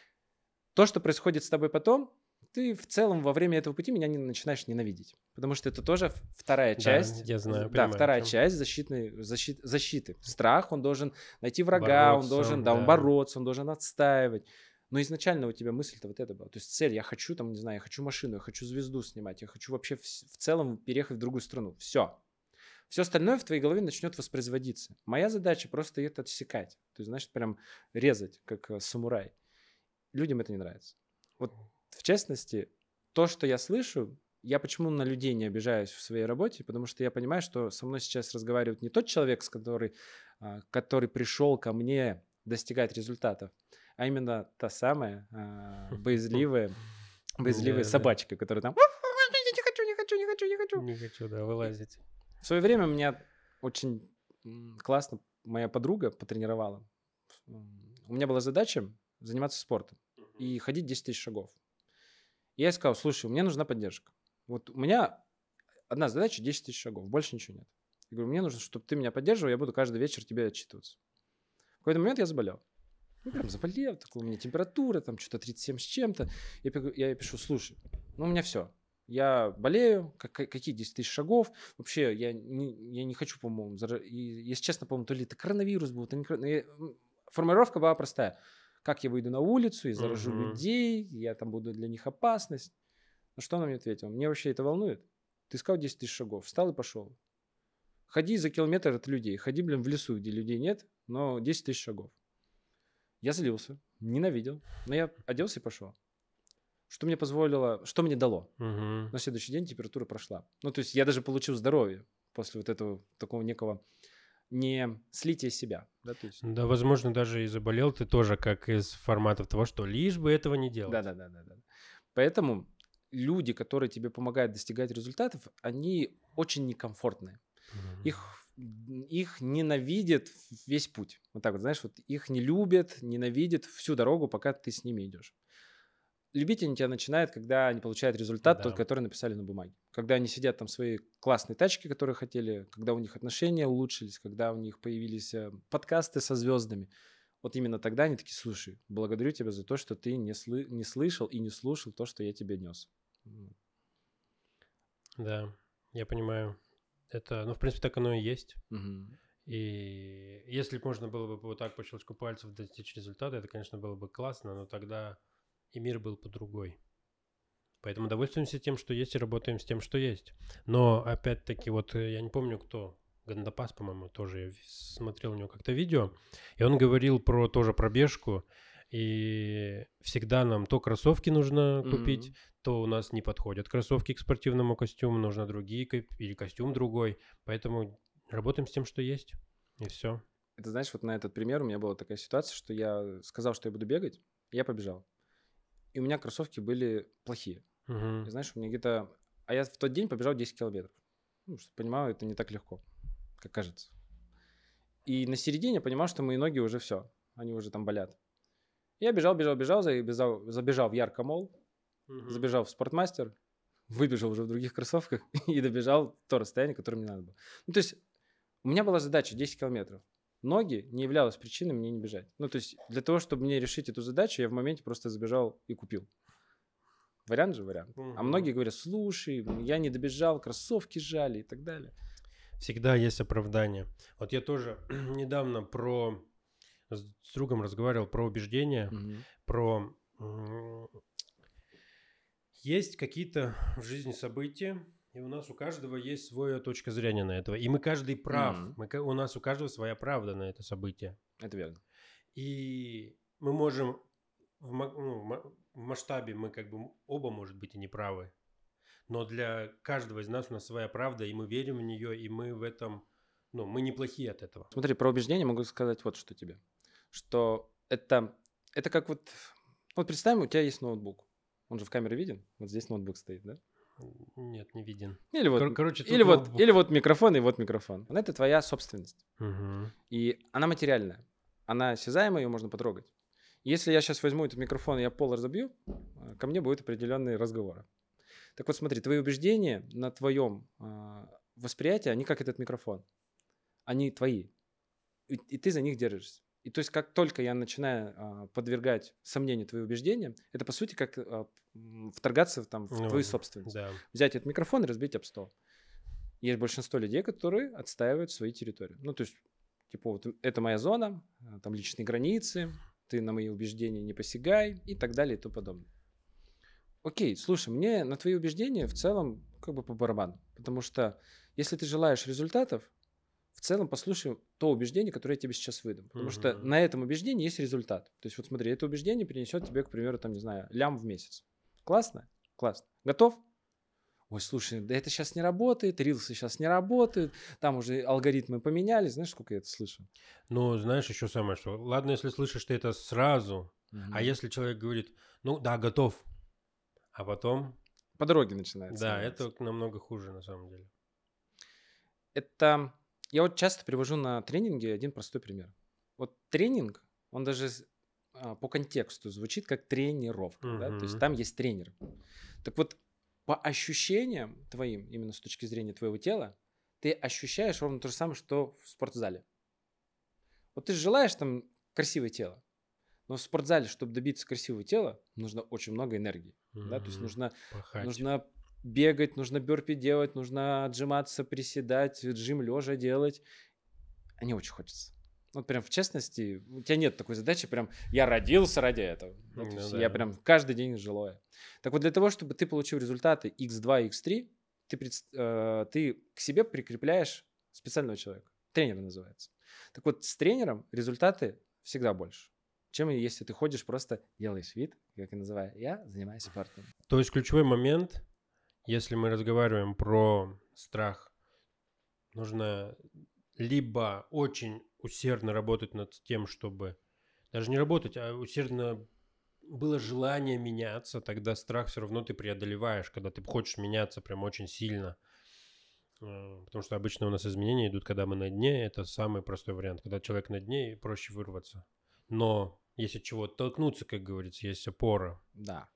Speaker 2: То, что происходит с тобой потом, ты в целом во время этого пути меня не начинаешь ненавидеть. Потому что это тоже вторая часть.
Speaker 1: Да, я знаю,
Speaker 2: да,
Speaker 1: понимаю,
Speaker 2: вторая
Speaker 1: чем.
Speaker 2: часть защитной, защит, защиты. Страх, он должен найти врага,
Speaker 1: Бороться,
Speaker 2: он должен да,
Speaker 1: да.
Speaker 2: он бороться, он должен отстаивать. Но изначально у тебя мысль-то вот это была. То есть цель, я хочу там, не знаю, я хочу машину, я хочу звезду снимать, я хочу вообще в, в целом переехать в другую страну. Все. Все остальное в твоей голове начнет воспроизводиться. Моя задача просто это отсекать. То есть, значит, прям резать, как э, самурай. Людям это не нравится. Вот в частности, то, что я слышу, я почему на людей не обижаюсь в своей работе, потому что я понимаю, что со мной сейчас разговаривает не тот человек, с который, а, который пришел ко мне достигать результатов, а именно та самая а, боязливая, боязливая
Speaker 1: Да, да.
Speaker 2: собачка, которая там не хочу, не хочу, не хочу, не хочу.
Speaker 1: Не хочу, да, вылазить.
Speaker 2: В свое время меня очень м, классно моя подруга потренировала. М, У меня была задача заниматься спортом и ходить десять тысяч шагов. И я ей сказал, слушай, мне нужна поддержка. Вот у меня одна задача десять тысяч шагов, больше ничего нет. Я говорю, мне нужно, чтобы ты меня поддерживал, я буду каждый вечер тебе отчитываться. В какой-то момент я заболел. Ну, прям заболел, такой, у меня температура, там что-то тридцать семь с чем-то. Я, пи- я ей пишу, слушай, ну у меня все. Я болею, как, какие десять тысяч шагов. Вообще, я не, я не хочу, по-моему, зара... и, если честно, по-моему, то ли это коронавирус был, то не коронавирус. Формулировка была простая. Как я выйду на улицу и заражу
Speaker 1: Мгм.
Speaker 2: людей, я там буду для них опасность. Ну что она мне ответила? Мне вообще это волнует. Ты сказал десять тысяч шагов, встал и пошел. Ходи за километр от людей. Ходи, блин, в лесу, где людей нет, но десять тысяч шагов. Я злился, ненавидел, но я оделся и пошел. Что мне позволило, что мне дало?
Speaker 1: Мгм.
Speaker 2: На следующий день температура прошла. Ну, то есть я даже получил здоровье после вот этого такого некого не слития себя. Да, то есть...
Speaker 1: Да, возможно, даже и заболел ты тоже, как из форматов того, что лишь бы этого не делать.
Speaker 2: Да, да, да, да, да. Поэтому люди, которые тебе помогают достигать результатов, они очень некомфортные.
Speaker 1: Мгм.
Speaker 2: Их, их ненавидят весь путь. Вот так вот, знаешь, вот их не любят, ненавидят всю дорогу, пока ты с ними идешь. Любить они тебя начинают, когда они получают результат,
Speaker 1: Да.
Speaker 2: тот, который написали на бумаге. Когда они сидят там в своей классной тачке, которые хотели, когда у них отношения улучшились, когда у них появились э, подкасты со звездами. Вот именно тогда они такие, слушай, благодарю тебя за то, что ты не, слы- не слышал и не слушал то, что я тебе нес.
Speaker 1: Да, я понимаю. Это, ну, в принципе, так оно и есть.
Speaker 2: Мгм.
Speaker 1: И если бы можно было бы вот так по щелчку пальцев достичь результата, это, конечно, было бы классно, но тогда и мир был бы другой. Поэтому довольствуемся тем, что есть, и работаем с тем, что есть. Но, опять-таки, вот э, я не помню, кто, Гандапас, по-моему, тоже, я в- смотрел у него как-то видео, и он говорил про тоже пробежку, и всегда нам то кроссовки нужно купить,
Speaker 2: Мгм.
Speaker 1: то у нас не подходят кроссовки к спортивному костюму, нужно другие, ко- или костюм другой, поэтому работаем с тем, что есть, и все.
Speaker 2: Это знаешь, вот на этот пример у меня была такая ситуация, что я сказал, что я буду бегать, и я побежал. И у меня кроссовки были плохие. И знаешь, у меня где-то... А я в тот день побежал десять километров. Ну, что понимаю, это не так легко, как кажется. И на середине понимал, что мои ноги уже все, они уже там болят. Я бежал, бежал, бежал, забежал, забежал в Ярко-молл, угу. забежал в Спортмастер, выбежал уже в других кроссовках и добежал в то расстояние, которое мне надо было. Ну, то есть у меня была задача десять километров. Ноги не являлась причиной мне не бежать. Ну, то есть для того, чтобы мне решить эту задачу, я в моменте просто забежал и купил. Вариант же вариант. Угу. А многие говорят, слушай, я не добежал, кроссовки жали и так далее.
Speaker 1: Всегда есть оправдание. Вот я тоже недавно про с другом разговаривал про убеждения, угу. про есть какие-то в жизни события, и у нас у каждого есть своя точка зрения на это. И мы каждый прав. Mm-hmm. Мы, у нас у каждого своя правда на это событие.
Speaker 2: Это верно.
Speaker 1: И мы можем в, ну, в масштабе мы как бы оба, может быть, и не правы. Но для каждого из нас у нас своя правда, и мы верим в нее, и мы в этом, ну, мы неплохие от этого.
Speaker 2: Смотри, про убеждения могу сказать вот что тебе. Что это, это как вот... Вот представим, у тебя есть ноутбук. Он же в камере виден? Вот здесь ноутбук стоит, да?
Speaker 1: Нет, не виден.
Speaker 2: Или вот, Кор- короче, или, вот, или вот микрофон, и вот микрофон. Это твоя собственность.
Speaker 1: Угу.
Speaker 2: И она материальная. Она осязаемая, ее можно потрогать. Если я сейчас возьму этот микрофон и я пол разобью, ко мне будут определенные разговоры. Так вот смотри, твои убеждения на твоем э, восприятии, они как этот микрофон. Они твои. И, и ты за них держишься. И то есть как только я начинаю а, подвергать сомнению твои убеждения, это по сути как а, вторгаться там, в ну, твою собственность.
Speaker 1: Да.
Speaker 2: Взять этот микрофон и разбить об стол. Есть большинство людей, которые отстаивают свои территории. Ну то есть типа вот это моя зона, там личные границы, ты на мои убеждения не посягай и так далее и тому подобное. Окей, слушай, мне на твои убеждения в целом как бы по барабану. Потому что если ты желаешь результатов, в целом послушай то убеждение, которое я тебе сейчас выдам. Потому mm-hmm. что на этом убеждении есть результат. То есть вот смотри, это убеждение принесет тебе, к примеру, там, не знаю, лям в месяц. Классно? Классно. Готов? Ой, слушай, да это сейчас не работает, рилсы сейчас не работают, там уже алгоритмы поменялись. Знаешь, сколько я это слышу?
Speaker 1: Ну, знаешь, еще самое, что ладно, если слышишь ты это сразу, mm-hmm. а если человек говорит, ну да, готов, а потом...
Speaker 2: По дороге начинается.
Speaker 1: Да, это намного хуже на самом деле.
Speaker 2: Это... Я вот часто привожу на тренинге один простой пример. Вот тренинг, он даже а, по контексту звучит как тренировка, uh-huh. да? То есть там есть тренер. Так вот, по ощущениям твоим, именно с точки зрения твоего тела, ты ощущаешь ровно то же самое, что в спортзале. Вот ты же желаешь там красивое тело, но в спортзале, чтобы добиться красивого тела, нужно очень много энергии. Uh-huh. Да? То есть нужно... нужно бегать, нужно бёрпи делать, нужно отжиматься, приседать, джим лежа делать. А не очень хочется. Вот прям в честности, у тебя нет такой задачи, прям я родился ради этого. Ну, ну, да. Я прям каждый день жилое. Так вот для того, чтобы ты получил результаты икс два и икс три, ты, э, ты к себе прикрепляешь специального человека. Тренер называется. Так вот с тренером результаты всегда больше, чем если ты ходишь просто делаешь вид, как я называю, я занимаюсь спортом.
Speaker 1: То есть ключевой момент... Если мы разговариваем про страх, нужно либо очень усердно работать над тем, чтобы... Даже не работать, а усердно было желание меняться, тогда страх все равно ты преодолеваешь, когда ты хочешь меняться прям очень сильно. Потому что обычно у нас изменения идут, когда мы на дне. Это самый простой вариант. Когда человек на дне, проще вырваться. Но если чего-то толкнуться, как говорится, есть опора.
Speaker 2: Да.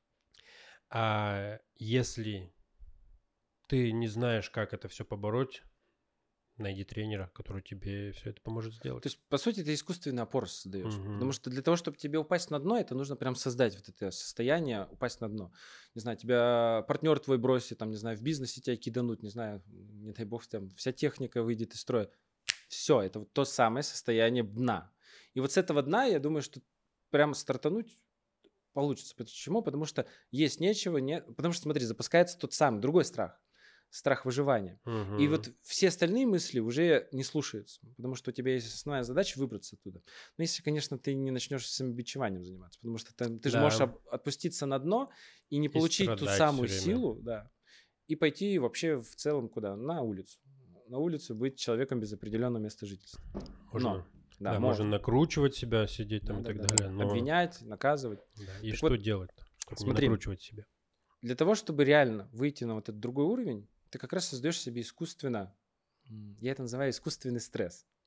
Speaker 1: А если... ты не знаешь, как это все побороть, найди тренера, который тебе все это поможет сделать.
Speaker 2: То есть, по сути, ты искусственный опору создаешь.
Speaker 1: Угу.
Speaker 2: Потому что для того, чтобы тебе упасть на дно, это нужно прям создать вот это состояние, упасть на дно. Не знаю, тебя партнер твой бросит, там, не знаю, в бизнесе тебя киданут, не знаю, не дай бог, там вся техника выйдет из строя. Все, это вот то самое состояние дна. И вот с этого дна, я думаю, что прям стартануть получится. Почему? Потому что есть нечего, не... потому что, смотри, запускается тот самый, другой страх. Страх выживания.
Speaker 1: Угу.
Speaker 2: И вот все остальные мысли уже не слушаются, потому что у тебя есть основная задача выбраться оттуда. Но если, конечно, ты не начнешь самобичеванием заниматься, потому что ты, ты же да. можешь об, отпуститься на дно и не и получить ту самую силу, да, и пойти вообще в целом куда? На улицу. На улицу быть человеком без определенного места жительства.
Speaker 1: Можно,
Speaker 2: но,
Speaker 1: да, да, можно накручивать себя, сидеть там да, и так
Speaker 2: да,
Speaker 1: далее.
Speaker 2: Да. Но... Обвинять, наказывать.
Speaker 1: Да. И так что вот, делать, чтобы смотри, не накручивать себя?
Speaker 2: Для того, чтобы реально выйти на вот этот другой уровень, ты как раз создаешь себе искусственно, я это называю искусственный стресс.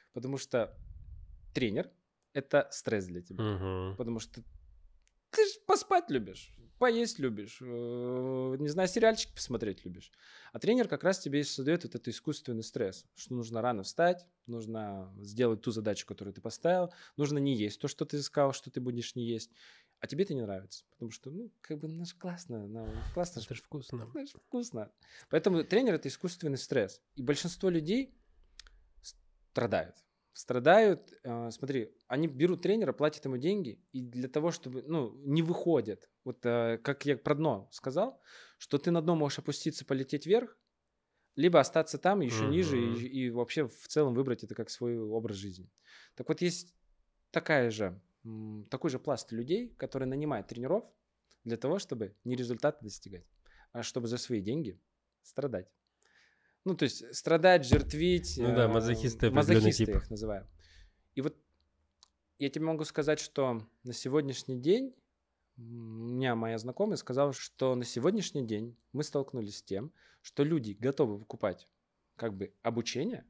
Speaker 2: Потому что тренер – это стресс для тебя.
Speaker 1: Мгм.
Speaker 2: Потому что ты же поспать любишь, поесть любишь, э, не знаю, сериальчик посмотреть любишь. А тренер как раз тебе и создает вот этот искусственный стресс, что нужно рано встать, нужно сделать ту задачу, которую ты поставил, нужно не есть то, что ты сказал, что ты будешь не есть. А тебе это не нравится, потому что, ну, как бы, ну, ж классно, ну, классно,
Speaker 1: Это
Speaker 2: ж
Speaker 1: ж вкусно.
Speaker 2: это ж вкусно. Поэтому тренер – это искусственный стресс. И большинство людей страдают. Страдают, э, смотри, они берут тренера, платят ему деньги, и для того, чтобы, ну, не выходят. Вот э, как я про дно сказал, что ты на дно можешь опуститься, полететь вверх, либо остаться там еще ниже и,
Speaker 1: Мгм.
Speaker 2: и вообще в целом выбрать это как свой образ жизни. Так вот, есть такая же, м, такой же пласт людей, которые нанимают тренеров для того, чтобы не результаты достигать, а чтобы за свои деньги страдать. Ну, то есть страдать, жертвить,
Speaker 1: Ну да,
Speaker 2: э,
Speaker 1: мазохисты определенный
Speaker 2: мазохисты
Speaker 1: тип.
Speaker 2: я их называю. И вот я тебе могу сказать, что на сегодняшний день м, у меня моя знакомая сказала, что на сегодняшний день мы столкнулись с тем, что люди готовы покупать как бы обучение,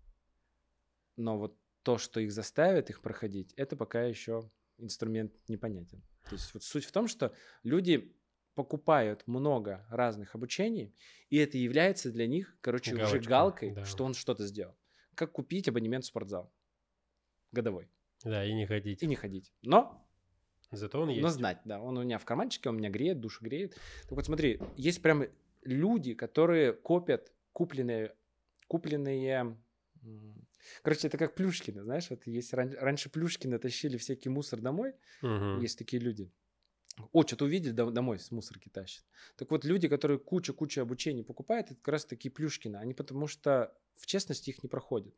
Speaker 2: но вот то, что их заставит их проходить, это пока еще инструмент непонятен. То есть вот суть в том, что люди покупают много разных обучений, и это является для них, короче, уже
Speaker 1: Галочка,
Speaker 2: галкой,
Speaker 1: да.
Speaker 2: что он что-то сделал. Как купить абонемент в спортзал годовой
Speaker 1: Да, и не ходить.
Speaker 2: и не ходить. Но,
Speaker 1: Зато он
Speaker 2: но
Speaker 1: есть.
Speaker 2: знать, да, он у меня в карманчике, он меня греет, душу греет. Так вот смотри, есть прям люди, которые копят купленные, купленные м, короче, это как Плюшкины, знаешь, вот есть ран- раньше Плюшкины тащили всякий мусор домой,
Speaker 1: Мгм.
Speaker 2: есть такие люди. О, что-то увидели, дом- домой с мусорки тащат. Так вот, люди, которые кучу-кучу обучений покупают, это как раз такие Плюшкины. Они потому что в честности их не проходят.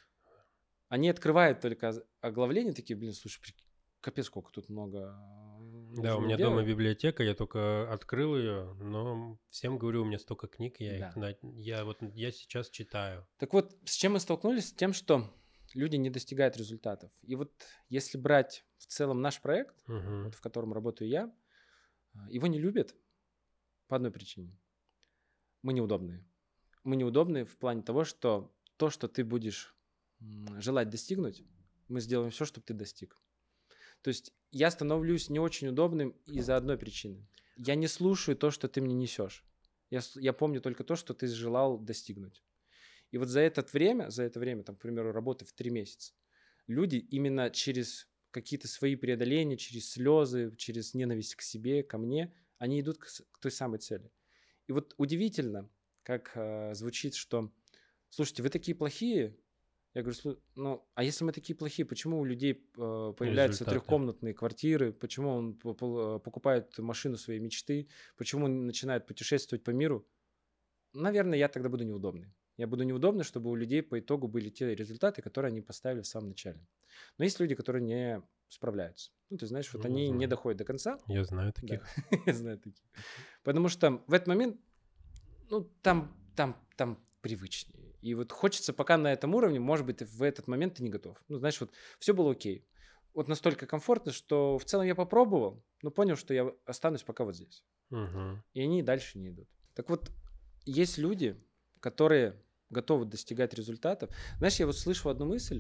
Speaker 2: Они открывают только оз- оглавление, такие, блин, слушай, прик- капец, сколько тут много э,
Speaker 1: Да, у
Speaker 2: нужно
Speaker 1: меня дома
Speaker 2: делать.
Speaker 1: библиотека, я только открыл ее, но всем говорю, у меня столько книг, я их
Speaker 2: Да.
Speaker 1: на... я вот я сейчас читаю.
Speaker 2: Так вот, с чем мы столкнулись? С тем, что люди не достигают результатов. И вот если брать в целом наш проект,
Speaker 1: Мгм.
Speaker 2: вот в котором работаю я, а, его не любят по одной причине. Мы неудобные. Мы неудобные в плане того, что то, что ты будешь м, желать достигнуть, мы сделаем все, чтобы ты достиг. То есть я становлюсь не очень удобным из-за одной причины. Я не слушаю то, что ты мне несешь. Я, с- я помню только то, что ты желал достигнуть. И вот за это время, за это время, там, к примеру, работы в три месяца, люди именно через какие-то свои преодоления, через слезы, через ненависть к себе, ко мне, они идут к, с- к той самой цели. И вот удивительно, как э, звучит, что, слушайте, вы такие плохие. Я говорю, «Слу- ну, а если мы такие плохие, почему у людей э, появляются
Speaker 1: Результаты.
Speaker 2: трехкомнатные квартиры, почему он по- по- э, покупает машину своей мечты, почему он начинает путешествовать по миру? Наверное, я тогда буду неудобный. Я буду неудобный, чтобы у людей по итогу были те результаты, которые они поставили в самом начале. Но есть люди, которые не справляются. Ну, ты знаешь, вот
Speaker 1: Ну, я
Speaker 2: они не
Speaker 1: знаю.
Speaker 2: доходят до конца.
Speaker 1: Я знаю
Speaker 2: Да,
Speaker 1: таких.
Speaker 2: я знаю таких. Потому что в этот момент, ну, там, там, там привычнее. И вот хочется пока на этом уровне, может быть, в этот момент ты не готов. Ну, знаешь, вот все было окей. Вот настолько комфортно, что в целом я попробовал, но понял, что я останусь пока вот здесь.
Speaker 1: Мгм.
Speaker 2: И они дальше не идут. Так вот, есть люди, которые готовы достигать результатов. Знаешь, я вот слышал одну мысль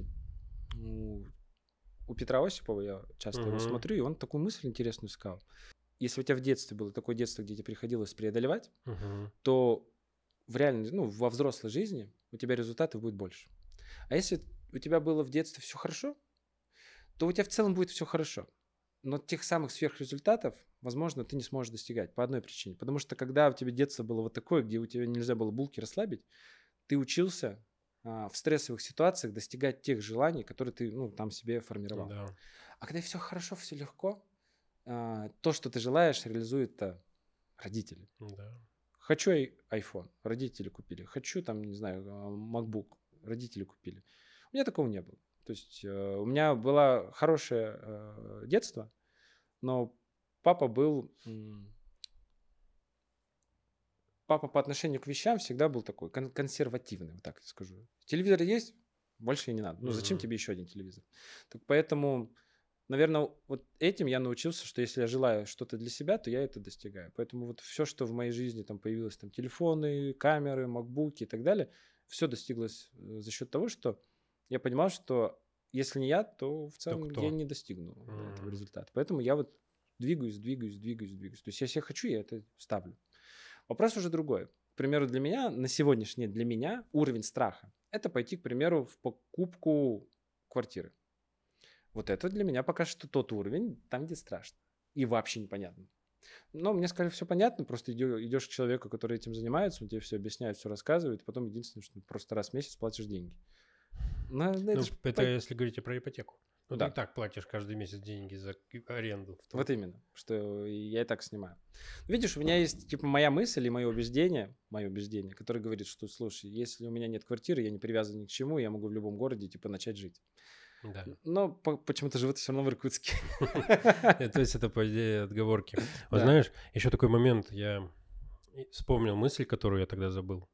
Speaker 2: у, у Петра Осипова, я часто его
Speaker 1: Мгм.
Speaker 2: смотрю, и он такую мысль интересную сказал. Если у тебя в детстве было такое детство, где тебе приходилось преодолевать,
Speaker 1: Мгм.
Speaker 2: то в реальной, ну, во взрослой жизни у тебя результатов будет больше. А если у тебя было в детстве все хорошо, то у тебя в целом будет все хорошо. Но тех самых сверхрезультатов, возможно, ты не сможешь достигать по одной причине. Потому что когда у тебя детство было вот такое, где у тебя нельзя было булки расслабить, ты учился а, в стрессовых ситуациях достигать тех желаний, которые ты, ну, там себе формировал.
Speaker 1: Да.
Speaker 2: А когда все хорошо, все легко, а, то, что ты желаешь, реализуют-то родители.
Speaker 1: Да.
Speaker 2: Хочу ай- iPhone, родители купили. Хочу, там, не знаю, а, MacBook, родители купили. У меня такого не было. То есть э, у меня было хорошее э, детство, но папа был, м, папа по отношению к вещам всегда был такой кон- консервативный, вот так скажу. Телевизор есть, больше и не надо. Ну зачем
Speaker 1: Мгм.
Speaker 2: тебе еще один телевизор? Так поэтому, наверное, вот этим я научился, что если я желаю что-то для себя, то я это достигаю. Поэтому вот все, что в моей жизни там появилось, там телефоны, камеры, макбуки и так далее, все достиглось э, за счет того, что я понимал, что если не я, то в целом
Speaker 1: кто?
Speaker 2: я не достигну
Speaker 1: Mm.
Speaker 2: этого результата. Поэтому я вот двигаюсь, двигаюсь, двигаюсь, двигаюсь. То есть если я хочу, я это ставлю. Вопрос уже другой. К примеру, для меня, на сегодняшний день, для меня уровень страха – это пойти, к примеру, в покупку квартиры. Вот это для меня пока что тот уровень, там, где страшно. И вообще непонятно. Но мне сказали, все понятно, просто идешь к человеку, который этим занимается, он тебе все объясняет, все рассказывает, и потом единственное, что ты просто раз в месяц платишь деньги.
Speaker 1: Но, ну, это, ну, это по... если говорить про ипотеку. Ну,
Speaker 2: да.
Speaker 1: Ты и так платишь каждый месяц деньги за аренду.
Speaker 2: Вот именно, что я и так снимаю. Видишь, у меня есть типа моя мысль и мое убеждение, мое убеждение, которое говорит, что, слушай, если у меня нет квартиры, я не привязан ни к чему, я могу в любом городе типа начать жить.
Speaker 1: Да.
Speaker 2: Но по- почему-то живу все равно в Иркутске.
Speaker 1: То есть это, по идее, отговорки. Вот знаешь, еще такой момент, я вспомнил мысль, которую я тогда забыл.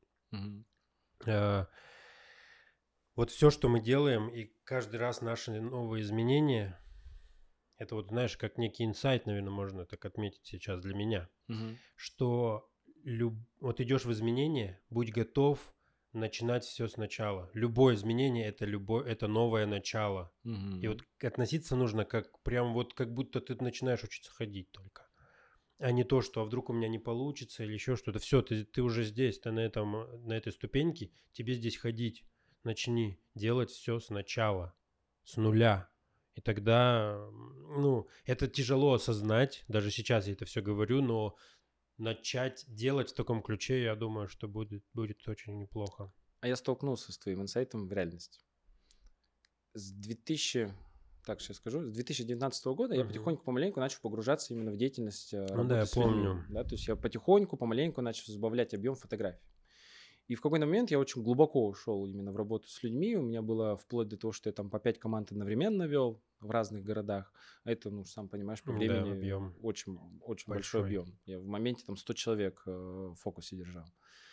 Speaker 1: Вот все, что мы делаем, и каждый раз наши новые изменения, это вот, знаешь, как некий инсайт, наверное, можно так отметить сейчас для меня,
Speaker 2: угу.
Speaker 1: что люб... вот идешь в изменения, будь готов начинать все сначала. Любое изменение это любое, это новое начало.
Speaker 2: Угу.
Speaker 1: И вот относиться нужно как прям вот как будто ты начинаешь учиться ходить только. А не то, что а вдруг у меня не получится или еще что-то. Все, ты, ты уже здесь, ты на, этом, на этой ступеньке, тебе здесь ходить. Начни делать все сначала, с нуля. И тогда, ну, это тяжело осознать. Даже сейчас я это все говорю, но начать делать в таком ключе, я думаю, что будет, будет очень неплохо.
Speaker 2: А я столкнулся с твоим инсайтом в реальности. С двухтысячного, так сейчас скажу, с две тысячи девятнадцатого года uh-huh. я потихоньку, помаленьку начал погружаться именно в деятельность работы
Speaker 1: ну, да, я
Speaker 2: с людьми.
Speaker 1: помню.
Speaker 2: Да, то есть я потихоньку, помаленьку начал сбавлять объем фотографий. И в какой-то момент я очень глубоко ушел именно в работу с людьми. У меня было вплоть до того, что я там по пять команд одновременно вел в разных городах. А это, ну, сам понимаешь, по времени
Speaker 1: да, объем.
Speaker 2: очень, очень большой. большой объем. Я в моменте там сто человек э, в фокусе держал.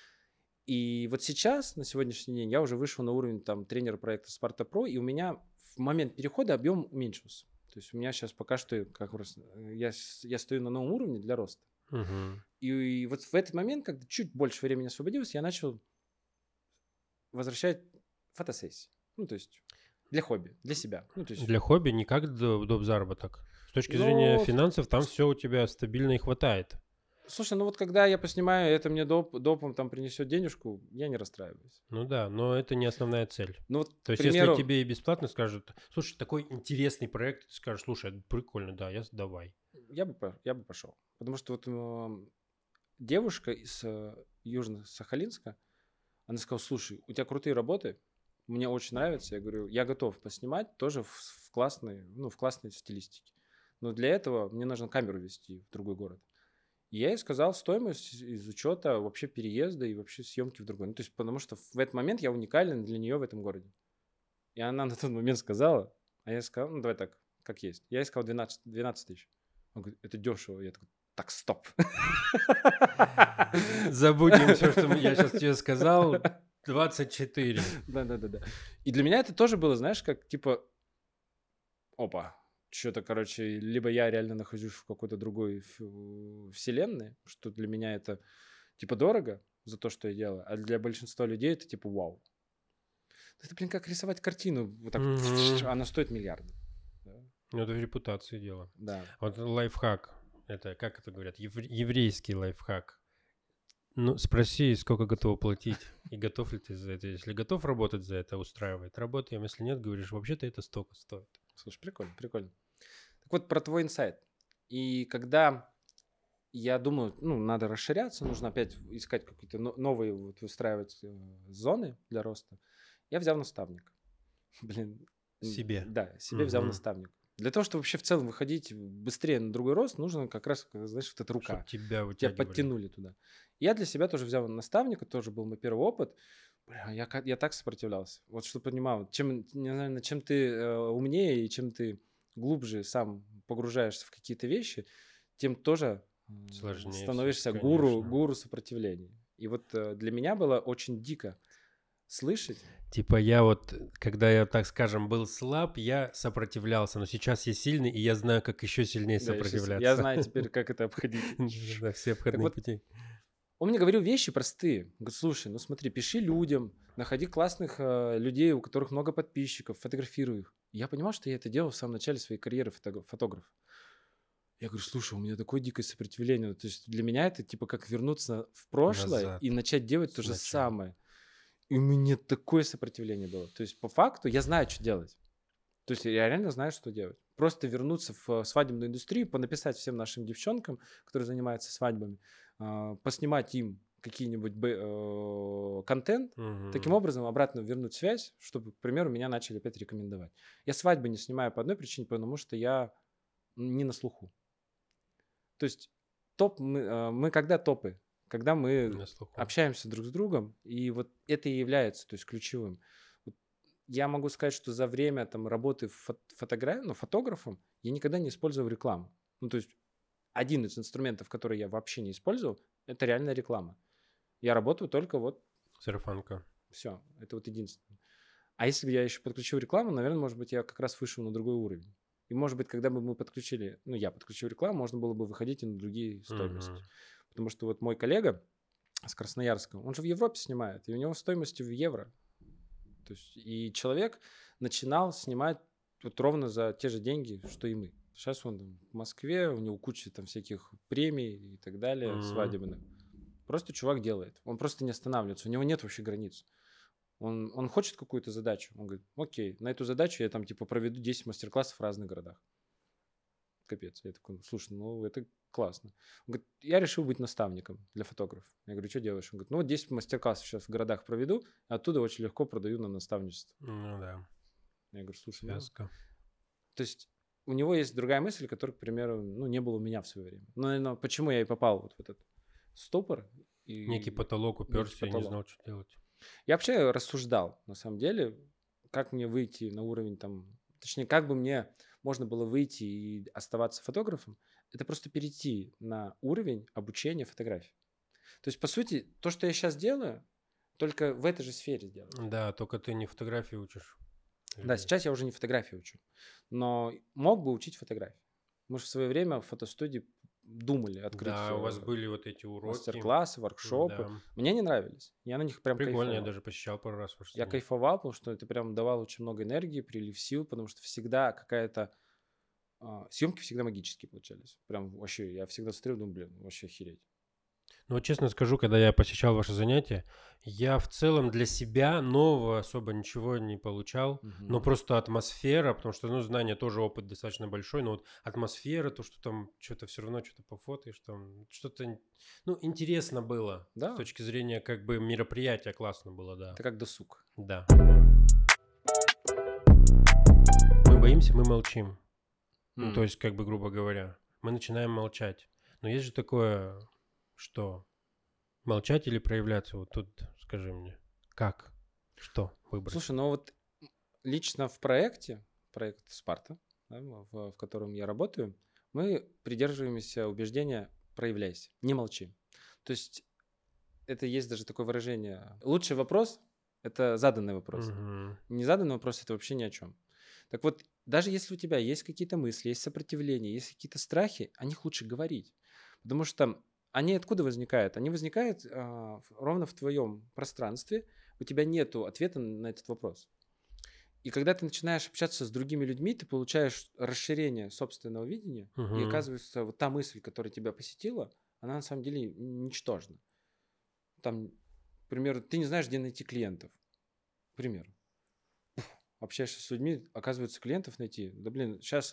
Speaker 2: И вот сейчас, на сегодняшний день, я уже вышел на уровень там тренера проекта Sparta Pro, и у меня в момент перехода объем уменьшился. То есть у меня сейчас пока что, как раз, я, я стою на новом уровне для роста.
Speaker 1: Uh-huh.
Speaker 2: И, и вот в этот момент, когда чуть больше времени освободилось, я начал возвращать фотосессии. Ну, то есть для хобби, для себя. Ну, то есть...
Speaker 1: Для хобби не как доп. Заработок. С точки Но... зрения финансов, там все у тебя стабильно и хватает.
Speaker 2: Слушай, ну вот когда я поснимаю, это мне доп, допом там принесет денежку, я не расстраиваюсь.
Speaker 1: Ну да, но это не основная цель.
Speaker 2: Ну, вот,
Speaker 1: то есть примеру... если тебе и бесплатно скажут, слушай, такой интересный проект, ты скажешь, слушай, прикольно, да, я давай.
Speaker 2: Я бы, я бы пошел. Потому что вот э, девушка из э, Южно-Сахалинска, она сказала, слушай, у тебя крутые работы, мне очень нравится. Я говорю, я готов поснимать тоже в, в классной, ну, в классной стилистике. Но для этого мне нужно камеру везти в другой город. И я ей сказал стоимость из учета вообще переезда и вообще съемки в другой. Ну, то есть, потому что в этот момент я уникален для нее в этом городе. И она на тот момент сказала, а я сказал, ну, давай так, как есть. Я ей сказал двенадцать, двенадцать тысяч. Он говорит, это дешево. Я такой, так, стоп.
Speaker 1: Забудем все, что я сейчас тебе сказал. двадцать четыре.
Speaker 2: Да-да-да. И для меня это тоже было, знаешь, как типа, опа. Что-то, короче, либо я реально нахожусь в какой-то другой вселенной, что для меня это, типа, дорого за то, что я делаю, а для большинства людей это, типа, вау. Это, блин, как рисовать картину, вот так, mm-hmm. она стоит миллиарды. Да?
Speaker 1: Ну, это в репутации дело.
Speaker 2: Да.
Speaker 1: Вот лайфхак, это, как это говорят, евре- еврейский лайфхак. Ну, спроси, сколько готов платить, и готов ли ты за это. Если готов работать за это, устраивает, работаем. Если нет, говоришь, вообще-то это столько стоит.
Speaker 2: Слушай, прикольно, прикольно. Так вот, про твой инсайт. И когда я думаю, ну, надо расширяться, нужно опять искать какие-то новые, вот, выстраивать э, зоны для роста, я взял наставника. Блин.
Speaker 1: Себе?
Speaker 2: Да, себе угу. взял наставника. Для того, чтобы вообще в целом выходить быстрее на другой рост, нужно как раз, знаешь, вот эта рука.
Speaker 1: Чтобы тебя,
Speaker 2: тебя подтянули туда. Я для себя тоже взял наставника, тоже был мой первый опыт. Бля, я, я так сопротивлялся. Вот что понимал, чем, не знаю, чем ты э, умнее и чем ты глубже сам погружаешься в какие-то вещи, тем тоже
Speaker 1: сложнее
Speaker 2: становишься
Speaker 1: все,
Speaker 2: гуру, гуру сопротивления. И вот э, для меня было очень дико слышать.
Speaker 1: Типа я вот, когда я, так скажем, был слаб, я сопротивлялся, но сейчас я сильный, и я знаю, как еще сильнее
Speaker 2: да,
Speaker 1: сопротивляться.
Speaker 2: Я знаю теперь, как это обходить.
Speaker 1: Да, все обходные пути.
Speaker 2: Он мне говорил вещи простые. Говорит, слушай, ну смотри, пиши людям, находи классных э, людей, у которых много подписчиков, фотографируй их. Я понимал, что я это делал в самом начале своей карьеры фото- фотографа. Я говорю, слушай, у меня такое дикое сопротивление. То есть для меня это типа как вернуться в прошлое
Speaker 1: Назад.
Speaker 2: и начать делать то же
Speaker 1: Сначала.
Speaker 2: самое. И у меня такое сопротивление было. То есть по факту я знаю, что делать. То есть я реально знаю, что делать. Просто вернуться в свадебную индустрию, понаписать всем нашим девчонкам, которые занимаются свадьбами, а, поснимать им какие-нибудь б- э, контент,
Speaker 1: Мгм.
Speaker 2: таким образом обратно вернуть связь, чтобы, к примеру, меня начали опять рекомендовать. Я свадьбы не снимаю по одной причине, потому что я не на слуху. То есть топ мы, э, мы когда топы? Когда мы
Speaker 1: На слуху.
Speaker 2: общаемся друг с другом, и вот это и является, то есть, ключевым. Вот я могу сказать, что за время там работы фо- фотогра- ну, фотографом я никогда не использовал рекламу. Ну, то есть один из инструментов, который я вообще не использовал, это реальная реклама. Я работаю только вот
Speaker 1: Сарафанка.
Speaker 2: все. Это вот единственное. А если бы я еще подключил рекламу, наверное, может быть, я как раз вышел на другой уровень. И, может быть, когда бы мы подключили, ну, я подключил рекламу, можно было бы выходить и на другие стоимости.
Speaker 1: Мгм.
Speaker 2: Потому что вот мой коллега с Красноярска, он же в Европе снимает, и у него стоимость в евро. То есть и человек начинал снимать вот ровно за те же деньги, что и мы. Сейчас он там в Москве, у него куча там всяких премий и так далее,
Speaker 1: Мгм.
Speaker 2: свадебных. Просто чувак делает. Он просто не останавливается. У него нет вообще границ. Он, он хочет какую-то задачу. Он говорит, окей, на эту задачу я там типа проведу десять мастер-классов в разных городах. Капец. Я такой, слушай, ну это классно. Он говорит, я решил быть наставником для фотографов. Я говорю, что делаешь? Он говорит, ну вот десять мастер-классов сейчас в городах проведу, а оттуда очень легко продаю на наставничество.
Speaker 1: Ну да.
Speaker 2: Я говорю, слушай, ну...
Speaker 1: Связка.
Speaker 2: То есть у него есть другая мысль, которая, к примеру, ну, не было у меня в свое время. Ну, наверное, почему я и попал вот в этот ступор. И...
Speaker 1: Некий потолок уперся и не
Speaker 2: потолок.
Speaker 1: знал, что делать.
Speaker 2: Я вообще рассуждал, на самом деле, как мне выйти на уровень там, точнее, как бы мне можно было выйти и оставаться фотографом, это просто перейти на уровень обучения фотографии. То есть, по сути, то, что я сейчас делаю, только в этой же сфере делаю.
Speaker 1: Да, только ты не фотографии учишь.
Speaker 2: Да, сейчас я уже не фотографию учу, но мог бы учить фотографию. Мы же в свое время в фотостудии думали открыть
Speaker 1: Да, у вас
Speaker 2: э,
Speaker 1: были вот эти уроки.
Speaker 2: мастер-классы, воркшопы.
Speaker 1: Да.
Speaker 2: Мне не нравились. Я на них прям
Speaker 1: Прикольно, я
Speaker 2: кайфовал.
Speaker 1: даже посещал пару раз ваш
Speaker 2: Я
Speaker 1: студию.
Speaker 2: кайфовал, потому что это прям давало очень много энергии, прилив сил, потому что всегда какая-то... а, съемки всегда магические получались. Прям вообще, я всегда смотрел, думаю, блин, вообще охереть.
Speaker 1: Ну, вот честно скажу, когда я посещал ваши занятия, я в целом для себя нового особо ничего не получал. Но
Speaker 2: Мгм.
Speaker 1: просто атмосфера, потому что, ну, знание тоже опыт достаточно большой, но вот атмосфера, то, что там что-то все равно что-то пофотаешь, там что-то, ну, интересно было.
Speaker 2: Да.
Speaker 1: С точки зрения как бы мероприятия классно было, да.
Speaker 2: Это как досуг.
Speaker 1: Да. Мы боимся, мы молчим. Ну,
Speaker 2: М.
Speaker 1: то есть, как бы, грубо говоря, мы начинаем молчать. Но есть же такое, что молчать или проявляться? Вот тут скажи мне, как, что выбрать?
Speaker 2: Слушай, ну вот лично в проекте, проект Спарта, да, в, в котором я работаю, мы придерживаемся убеждения «проявляйся, не молчи». То есть это есть даже такое выражение «лучший вопрос – это заданный вопрос».
Speaker 1: Мгм.
Speaker 2: Незаданный вопрос – это вообще ни о чем. Так вот, даже если у тебя есть какие-то мысли, есть сопротивление, есть какие-то страхи, о них лучше говорить. Потому что они откуда возникают? Они возникают а, в- ровно в твоем пространстве. У тебя нет ответа на этот вопрос. И когда ты начинаешь общаться с другими людьми, ты получаешь расширение собственного видения, и
Speaker 1: Мгм.
Speaker 2: оказывается, вот та мысль, которая тебя посетила, она на самом деле ничтожна. Там, к примеру, ты не знаешь, где найти клиентов. К примеру. Общаешься с людьми, оказывается, клиентов найти. Да блин, сейчас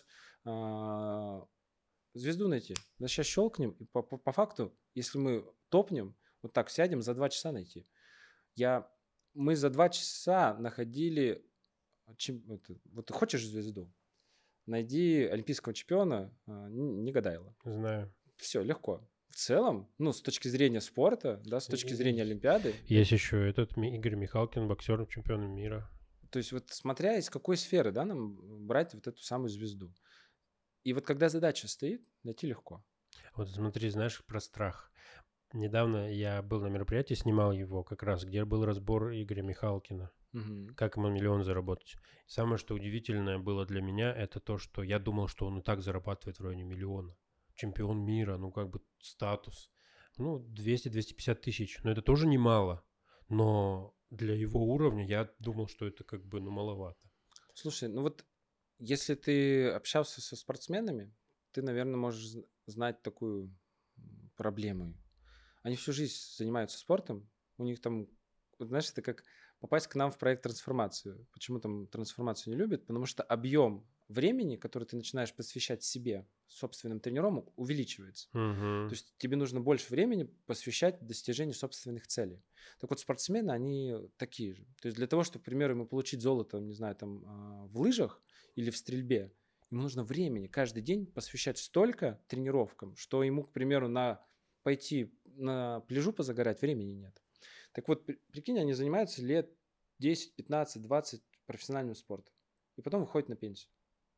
Speaker 2: звезду найти. Да сейчас щелкнем, и по, по, по факту, если мы топнем, вот так сядем, за два часа найти. Я, мы за два часа находили... Чем, это, вот ты хочешь звезду? Найди олимпийского чемпиона а, Негодайло.
Speaker 1: Знаю.
Speaker 2: Все, легко. В целом, ну, с точки зрения спорта, да, с точки зрения Олимпиады.
Speaker 1: Есть еще этот Ми- Игорь Михалкин, боксер, чемпион мира.
Speaker 2: То есть вот смотря из какой сферы, да, нам брать вот эту самую звезду. И вот когда задача стоит, найти легко.
Speaker 1: Вот смотри, знаешь, про страх. Недавно я был на мероприятии, снимал его как раз, где был разбор Игоря Михалкина.
Speaker 2: Мгм.
Speaker 1: Как ему миллион заработать. Самое, что удивительное было для меня, это то, что я думал, что он и так зарабатывает в районе миллиона. Чемпион мира, ну как бы статус. Ну, двести-двести пятьдесят тысяч. Но это тоже немало. Но для его уровня я думал, что это как бы, ну, маловато.
Speaker 2: Слушай, ну вот если ты общался со спортсменами, ты, наверное, можешь зн- знать такую м, проблему. Они всю жизнь занимаются спортом, у них там, вот знаешь, это как попасть к нам в проект трансформацию. Почему там трансформацию не любят? Потому что объем времени, который ты начинаешь посвящать себе, собственным тренерам, увеличивается. То
Speaker 1: Угу.
Speaker 2: есть тебе нужно больше времени посвящать достижению собственных целей. Так вот, спортсмены, они такие же. То есть для того, чтобы, к примеру, ему получить золото, не знаю, там а, в лыжах или в стрельбе, ему нужно времени каждый день посвящать столько тренировкам, что ему, к примеру, на пойти на пляжу позагорать времени нет. Так вот, при- прикинь, они занимаются лет десять, пятнадцать, двадцать профессиональным спортом. И потом выходят на пенсию.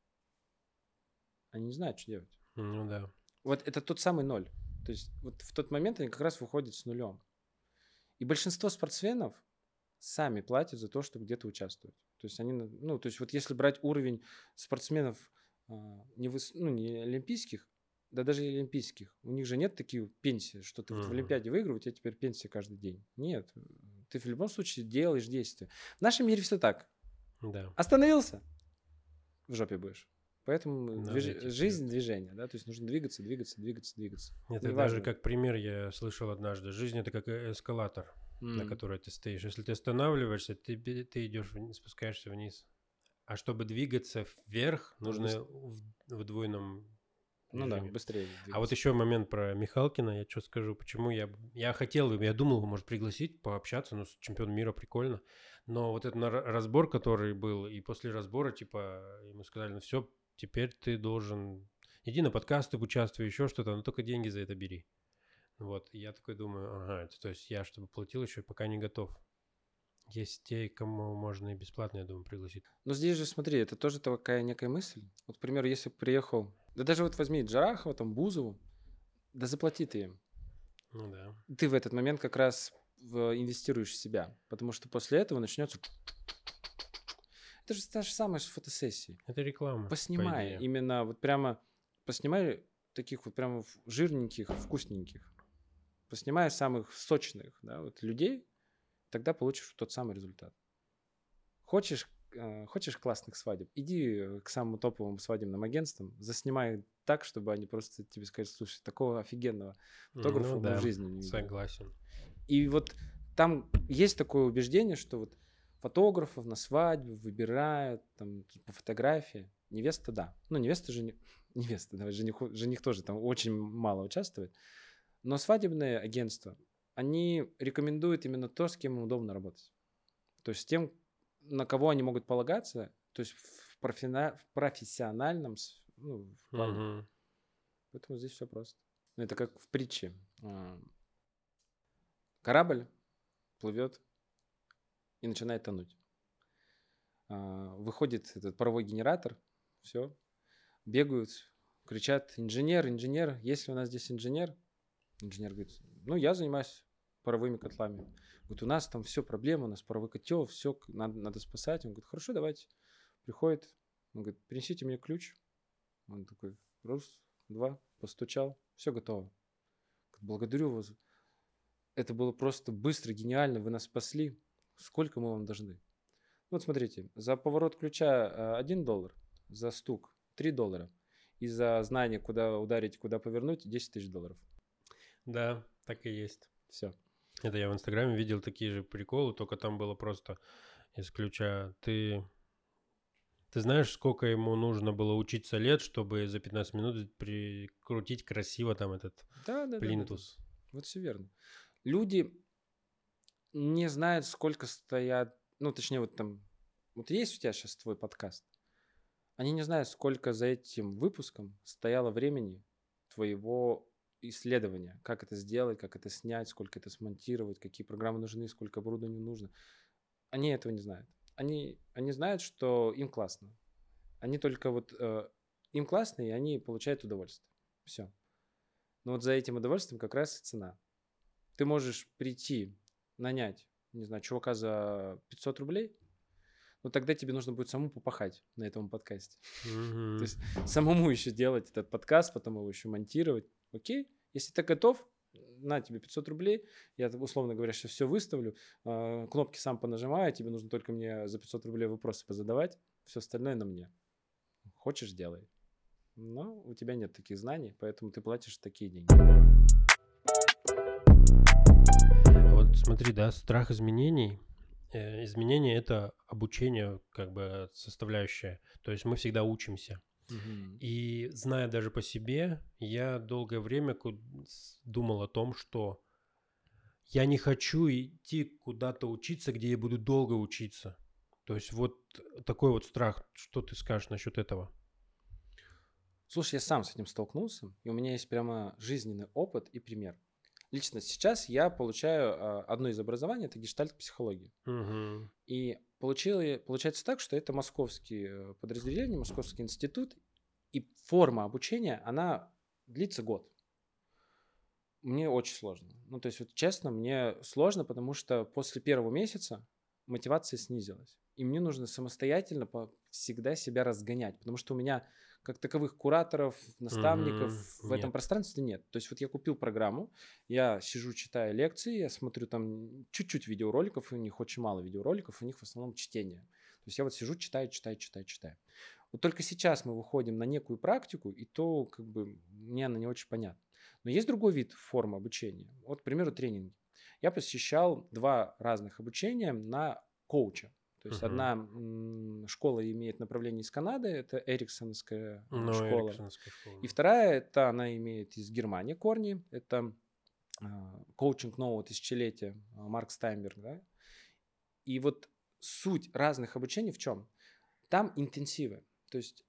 Speaker 2: Они не знают, что делать.
Speaker 1: Ну да.
Speaker 2: Вот это тот самый ноль. То есть вот в тот момент они как раз выходят с нулем. И большинство спортсменов сами платят за то, чтобы где-то участвовать. То есть они, на- ну, то есть вот если брать уровень спортсменов а, не, выс- ну, не олимпийских, да даже и олимпийских, у них же нет таких пенсий, что ты вот в
Speaker 1: Мгм.
Speaker 2: Олимпиаде выиграл, у тебя теперь пенсия каждый день. Нет, ты в любом случае делаешь действия. В нашем мире все так.
Speaker 1: Да.
Speaker 2: Остановился, в жопе будешь. Поэтому
Speaker 1: Надо
Speaker 2: движ-
Speaker 1: идти
Speaker 2: жизнь
Speaker 1: вперед.
Speaker 2: движение, да, то есть нужно двигаться, двигаться, двигаться, двигаться.
Speaker 1: Это даже
Speaker 2: Неважно.
Speaker 1: как пример я слышал однажды. Жизнь это как э- эскалатор, на
Speaker 2: М,
Speaker 1: которой ты стоишь. Если ты останавливаешься, ты, бе- ты идешь вниз, спускаешься вниз. А чтобы двигаться вверх,
Speaker 2: надо быс-
Speaker 1: нужно в, в двойном
Speaker 2: Ну да,
Speaker 1: движении.
Speaker 2: быстрее
Speaker 1: А вот
Speaker 2: двигаться.
Speaker 1: еще момент про Михалкина. Я что скажу, почему я, б- я хотел, я думал, его, может, пригласить, пообщаться, ну, с чемпионом мира прикольно. Но вот этот на- разбор, который был, и после разбора, типа, ему сказали, ну все, теперь ты должен, иди на подкасты, участвуй, еще что-то, но только деньги за это бери. Вот, и я такой думаю, ага, это, то есть я, чтобы платил, еще пока не готов. Есть те, кому можно и бесплатно, я думаю, пригласить.
Speaker 2: Но здесь же, смотри, это тоже такая некая мысль. Вот, к примеру, если бы приехал, да даже вот возьми Джарахова, там, Бузову, да заплати ты им.
Speaker 1: Ну да.
Speaker 2: Ты в этот момент как раз в- инвестируешь в себя, потому что после этого начнется... Это же та же самая же фотосессия.
Speaker 1: Это реклама, по
Speaker 2: Поснимай
Speaker 1: идее.
Speaker 2: именно вот прямо, поснимай таких вот прямо в- жирненьких, вкусненьких, поснимай самых сочных, да, вот людей, тогда получишь тот самый результат. Хочешь, э, хочешь классных свадеб, иди э, к самым топовым свадебным агентствам, заснимай так, чтобы они просто тебе сказали, слушай, такого офигенного фотографа
Speaker 1: Ну
Speaker 2: мы в
Speaker 1: да,
Speaker 2: жизни не видели.
Speaker 1: согласен.
Speaker 2: И вот там есть такое убеждение, что вот фотографов на свадьбу выбирают там по фотографии. Невеста, да. Ну, невеста же... Невеста, да, жених, жених тоже там очень мало участвует. Но свадебные агентства, они рекомендуют именно то, с кем им удобно работать. То есть с тем, на кого они могут полагаться, то есть в, профина- в профессиональном с- ну, в плане.
Speaker 1: Мгм.
Speaker 2: Поэтому здесь все просто. Ну, это как в притче. А, Корабль плывет и начинает тонуть. А, Выходит этот паровой генератор, все, бегают, кричат, инженер, инженер, есть ли у нас здесь инженер? Инженер говорит, ну, я занимаюсь паровыми котлами. Говорит, у нас там все проблемы, у нас паровой котел, все надо, надо спасать. Он говорит, хорошо, давайте. Приходит, он говорит, принесите мне ключ. Он такой, раз, два, постучал, все готово. Говорит, благодарю вас. Это было просто быстро, гениально, вы нас спасли. Сколько мы вам должны? Вот смотрите, за поворот ключа один доллар, за стук три доллара, и за знание, куда ударить, куда повернуть, десять тысяч долларов.
Speaker 1: Да, так и есть.
Speaker 2: Все.
Speaker 1: Это я в Инстаграме видел такие же приколы, только там было просто из ключа. Ты, ты знаешь, сколько ему нужно было учиться лет, чтобы за пятнадцать минут прикрутить красиво там этот
Speaker 2: Да, да, да, да, да.
Speaker 1: плинтус?
Speaker 2: Вот все верно. Люди не знают, сколько стоят, ну, точнее, вот там, вот есть у тебя сейчас твой подкаст, они не знают, сколько за этим выпуском стояло времени твоего исследования, как это сделать, как это снять, сколько это смонтировать, какие программы нужны, сколько оборудования нужно. Они этого не знают. Они, они знают, что им классно. Они только вот, э, им классно, и они получают удовольствие. Все. Но вот за этим удовольствием как раз и цена. Ты можешь прийти, нанять, не знаю, чувака за пятьсот рублей, но тогда тебе нужно будет самому попахать на этом подкасте. То
Speaker 1: Мгм.
Speaker 2: есть самому еще делать этот подкаст, потом его еще монтировать. Окей? Если ты готов, на тебе пятьсот рублей, я, условно говоря, сейчас все выставлю, э, кнопки сам понажимаю, тебе нужно только мне за пятьсот рублей вопросы позадавать, все остальное на мне. Хочешь – делай. Но у тебя нет таких знаний, поэтому ты платишь такие деньги.
Speaker 1: Вот смотри, да, страх изменений. Э, изменения – это обучение, как бы составляющая. То есть мы всегда учимся.
Speaker 2: Мгм.
Speaker 1: И зная даже по себе, я долгое время ку- с- думал о том, что я не хочу идти куда-то учиться, где я буду долго учиться. То есть вот такой вот страх. Что ты скажешь насчет этого?
Speaker 2: Слушай, я сам с этим столкнулся, и у меня есть прямо жизненный опыт и пример. Лично сейчас я получаю а, одно из образований, это гештальт-психология.
Speaker 1: Мгм.
Speaker 2: И получило, получается так, что это московские подразделения, Московский институт, и форма обучения, она длится год. Мне очень сложно. Ну, то есть, вот честно, мне сложно, потому что после первого месяца мотивация снизилась. И мне нужно самостоятельно по- всегда себя разгонять, потому что у меня как таковых кураторов, наставников
Speaker 1: Мгм.
Speaker 2: в этом
Speaker 1: Нет.
Speaker 2: пространстве нет. То есть вот я купил программу, я сижу, читаю лекции, я смотрю там чуть-чуть видеороликов, у них очень мало видеороликов, у них в основном чтение. То есть я вот сижу, читаю, читаю, читаю, читаю. Вот только сейчас мы выходим на некую практику, и то как бы мне она не очень понятна. Но есть другой вид формы обучения. Вот, к примеру, тренинги. Я посещал два разных обучения на коуча. То есть
Speaker 1: Мгм.
Speaker 2: одна м, школа имеет направление из Канады, это Эриксоновская э,
Speaker 1: Ну,
Speaker 2: школа.
Speaker 1: Эриксоновская школа.
Speaker 2: И вторая, это она имеет из Германии корни, это а, коучинг нового тысячелетия, а, Марк Стайнберг. Да? И вот суть разных обучений в чем? Там интенсивы. То есть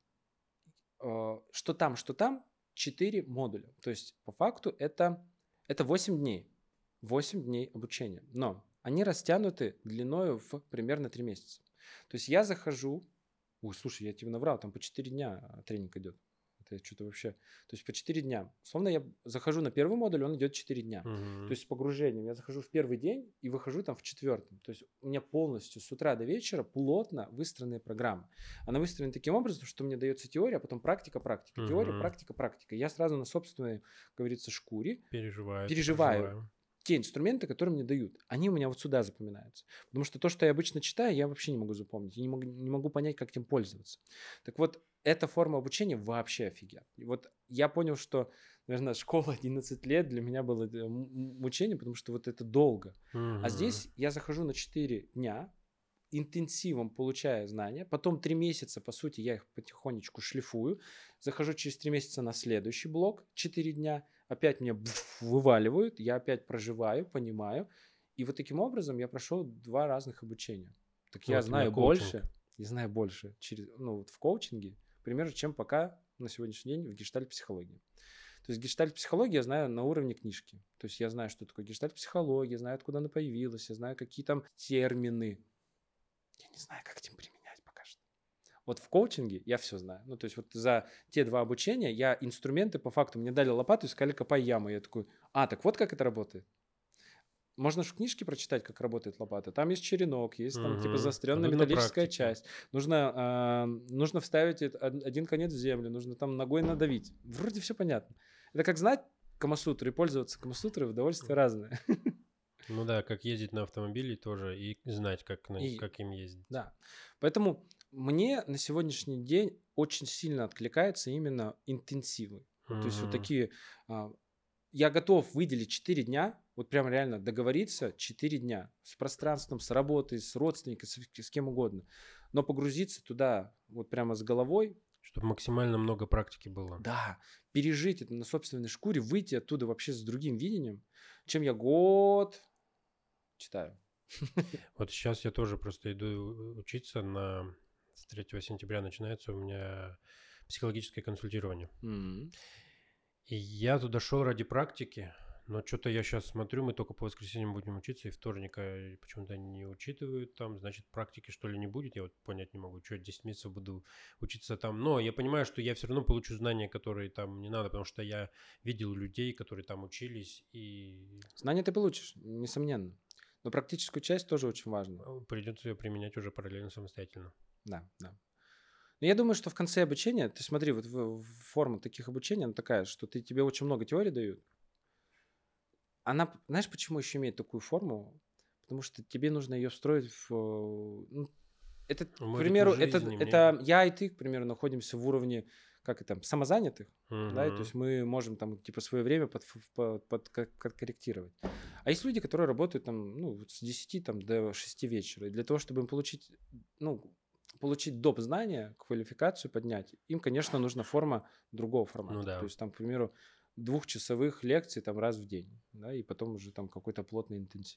Speaker 2: э, что там, что там, четыре модуля. То есть по факту это, это восемь дней. восемь дней обучения. Но они растянуты длиною в примерно три месяца. То есть я захожу... Ой, слушай, я тебе наврал, там по четыре дня а, тренинг идет. Это я что-то вообще... То есть по четыре дня. Словно я захожу на первый модуль, он идет четыре дня.
Speaker 1: Мгм.
Speaker 2: То есть с погружением я захожу в первый день и выхожу там в четвертом. То есть у меня полностью с утра до вечера плотно выстроенная программа. Она выстроена таким образом, что мне дается теория, а потом практика, практика. Теория,
Speaker 1: Мгм.
Speaker 2: практика, практика. Я сразу на собственной, как говорится, шкуре
Speaker 1: Переживаю, это
Speaker 2: переживаю
Speaker 1: проживаю.
Speaker 2: те инструменты, которые мне дают. Они у меня вот сюда запоминаются. Потому что то, что я обычно читаю, я вообще не могу запомнить. Я не могу, не могу понять, как этим пользоваться. Так вот, эта форма обучения вообще офигенно. И вот я понял, что, наверное, школа одиннадцать лет для меня было э, м- м- мучение, потому что вот это долго. А
Speaker 1: Мгм.
Speaker 2: здесь я захожу на четыре дня, интенсивом получая знания, потом три месяца, по сути, я их потихонечку шлифую, захожу через три месяца на следующий блок, четыре дня, опять меня бф, вываливают, я опять проживаю, понимаю, и вот таким образом я прошел два разных обучения. Так я
Speaker 1: Вот именно
Speaker 2: знаю
Speaker 1: коучинг.
Speaker 2: больше, я знаю больше через, ну, вот в коучинге, примерно, чем пока на сегодняшний день в гештальт-психологии. То есть гештальт-психология я знаю на уровне книжки. То есть я знаю, что такое гештальт-психология, знаю, откуда она появилась, я знаю, какие там термины. Я не знаю, как этим применять пока что. Вот в коучинге я все знаю. Ну, то есть вот за те два обучения я инструменты, по факту, мне дали лопату и сказали, копай яму. Я такой, а, так вот как это работает. Можно же в книжке прочитать, как работает лопата. Там есть черенок, есть там типа
Speaker 1: Мгм. А
Speaker 2: заостренная
Speaker 1: тут на
Speaker 2: металлическая
Speaker 1: практике.
Speaker 2: часть. Нужно, а, нужно вставить эт- од- один конец в землю, нужно там ногой надавить. Вроде все понятно. Это как знать Камасутру и пользоваться Камасутрой в удовольствие разное.
Speaker 1: Ну да, как ездить на автомобиле тоже и знать, как, на-
Speaker 2: И
Speaker 1: как им ездить.
Speaker 2: да. Поэтому мне на сегодняшний день очень сильно откликается именно интенсивы. Вот, то есть вот
Speaker 1: Мгм.
Speaker 2: такие... а, Я готов выделить четыре дня, вот прям реально договориться четыре дня с пространством, с работой, с родственниками, с, с кем угодно. Но погрузиться туда вот прямо с головой,
Speaker 1: Чтобы максимально много практики было.
Speaker 2: да, пережить это на собственной шкуре, выйти оттуда вообще с другим видением, чем я год читаю.
Speaker 1: Вот сейчас я тоже просто иду учиться на... С третьего сентября начинается у меня психологическое консультирование.
Speaker 2: М.
Speaker 1: И я туда шел ради практики, но что-то я сейчас смотрю, мы только по воскресеньям будем учиться, и вторника почему-то не учитывают там, значит, практики что ли не будет, я вот понять не могу, что десять месяцев буду учиться там. Но я понимаю, что я все равно получу знания, которые там не надо, потому что я видел людей, которые там учились, и
Speaker 2: Знания ты получишь, несомненно. Но практическую часть тоже очень важна.
Speaker 1: придется ее применять уже параллельно самостоятельно.
Speaker 2: Да, да. Но я думаю, что в конце обучения, ты смотри, вот в- в- форма таких обучений, она такая, что ты, тебе очень много теорий дают, она, знаешь, почему еще имеет такую форму? Потому что тебе нужно ее встроить в... Ну, это, к
Speaker 1: Может,
Speaker 2: примеру,
Speaker 1: в
Speaker 2: это,
Speaker 1: жизни
Speaker 2: это
Speaker 1: мне...
Speaker 2: я и ты, к примеру, находимся в уровне, как это, самозанятых, да, и то
Speaker 1: Мгм.
Speaker 2: есть мы можем там, типа, свое время под, под, под, как- как корректировать. А есть люди, которые работают там, ну, вот с десяти там, до шести вечера, и для того, чтобы им получить, ну, получить доп. Знания, квалификацию поднять, им, конечно, нужна форма другого
Speaker 1: Ну
Speaker 2: формата. То
Speaker 1: да.
Speaker 2: есть там, к примеру, двухчасовых лекций там раз в день, да, и потом уже там какой-то плотный интенсив.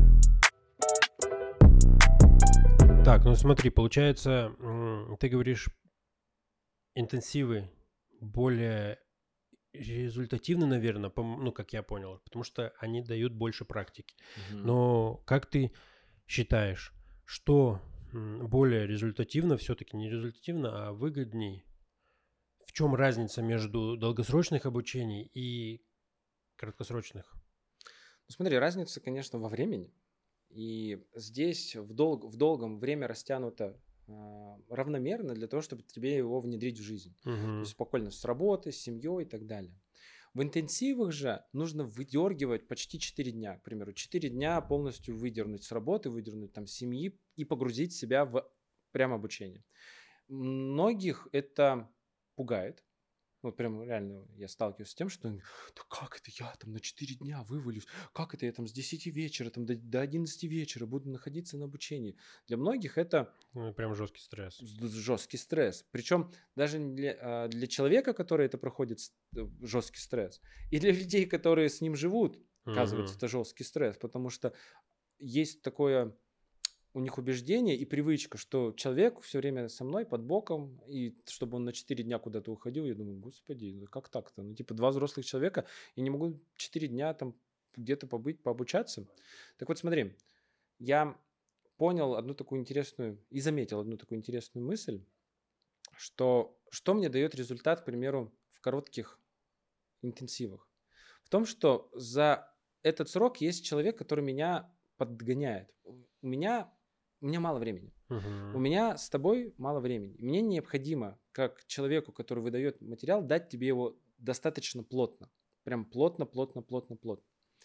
Speaker 1: Так, ну смотри, получается, м, ты говоришь, интенсивы более результативны, наверное, ну, как я понял, потому что они дают больше практики.
Speaker 2: Мгм.
Speaker 1: Но как ты считаешь, что м, более результативно, все-таки не результативно, а выгодней? В чем разница между долгосрочных обучений и краткосрочных?
Speaker 2: Ну, смотри, разница, конечно, во времени. И здесь в, долг, в долгом время растянуто а, равномерно для того, чтобы тебе его внедрить в жизнь. То
Speaker 1: Мгм.
Speaker 2: есть спокойно с работы, с семьей и так далее. В интенсивах же нужно выдергивать почти четыре дня. К примеру, четыре дня полностью выдернуть с работы, выдернуть там с семьи и погрузить себя в прям обучение. Многих это пугает. Вот прям реально я сталкиваюсь с тем, что да как это я там на четыре дня вывалюсь? Как это я там с десяти вечера там до, до одиннадцати вечера буду находиться на обучении? Для многих это
Speaker 1: Ну, прям жесткий стресс.
Speaker 2: жесткий стресс. Причем даже для, а, для человека, который это проходит жесткий стресс, и для людей, которые с ним живут, оказывается,
Speaker 1: Мгм.
Speaker 2: это жесткий стресс, потому что есть такое у них убеждение и привычка, что человек все время со мной под боком, и чтобы он на четыре дня куда-то уходил, я думаю, господи, ну как так-то? Ну, типа, два взрослых человека, и не могу четыре дня там где-то побыть, пообучаться. Так вот, смотри, я понял одну такую интересную и заметил одну такую интересную мысль, что что мне дает результат, к примеру, в коротких интенсивах. В том, что за этот срок есть человек, который меня подгоняет. У меня, у меня мало времени. У
Speaker 1: Мгм.
Speaker 2: меня с тобой мало времени. Мне необходимо, как человеку, который выдает материал, дать тебе его достаточно плотно. Прям плотно, плотно, плотно, плотно.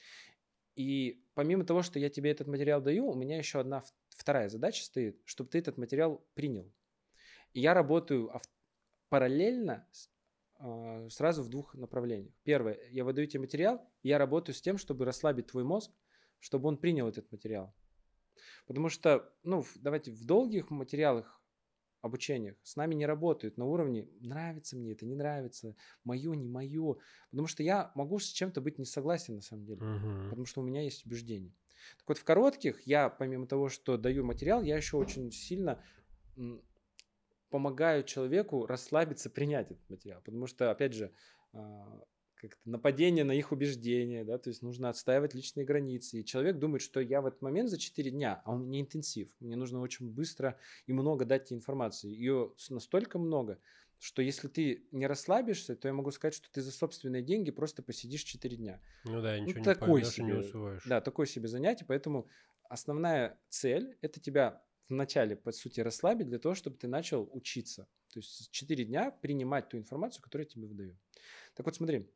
Speaker 2: И помимо того, что я тебе этот материал даю, у меня еще одна в- вторая задача стоит, чтобы ты этот материал принял. И я работаю ав- параллельно с- а, сразу в двух направлениях. Первое, я выдаю тебе материал, и я работаю с тем, чтобы расслабить твой мозг, чтобы он принял этот материал. Потому что, ну, в- давайте в долгих материалах, обучениях с нами не работают на уровне нравится мне это, не нравится, мое, не мое. Потому что я могу с чем-то быть не согласен на самом деле.
Speaker 1: Мгм.
Speaker 2: Потому что у меня есть убеждения. Так вот, в коротких я, помимо того, что даю материал, я еще очень сильно м, помогаю человеку расслабиться, принять этот материал. Потому что, опять же, а, как-то нападение на их убеждения, да, то есть нужно отстаивать личные границы. И человек думает, что я в этот момент за четыре дня, а у меня интенсив, мне нужно очень быстро и много дать тебе информации. Ее настолько много, что если ты не расслабишься, то я могу сказать, что ты за собственные деньги просто посидишь четыре дня.
Speaker 1: Ну да,
Speaker 2: Ну,
Speaker 1: ничего не
Speaker 2: такой
Speaker 1: поймешь и не
Speaker 2: себе,
Speaker 1: усвоишь.
Speaker 2: да, такое себе занятие, поэтому основная цель – это тебя вначале, по сути, расслабить для того, чтобы ты начал учиться. То есть четыре дня принимать ту информацию, которую я тебе выдаю. Так вот, смотри,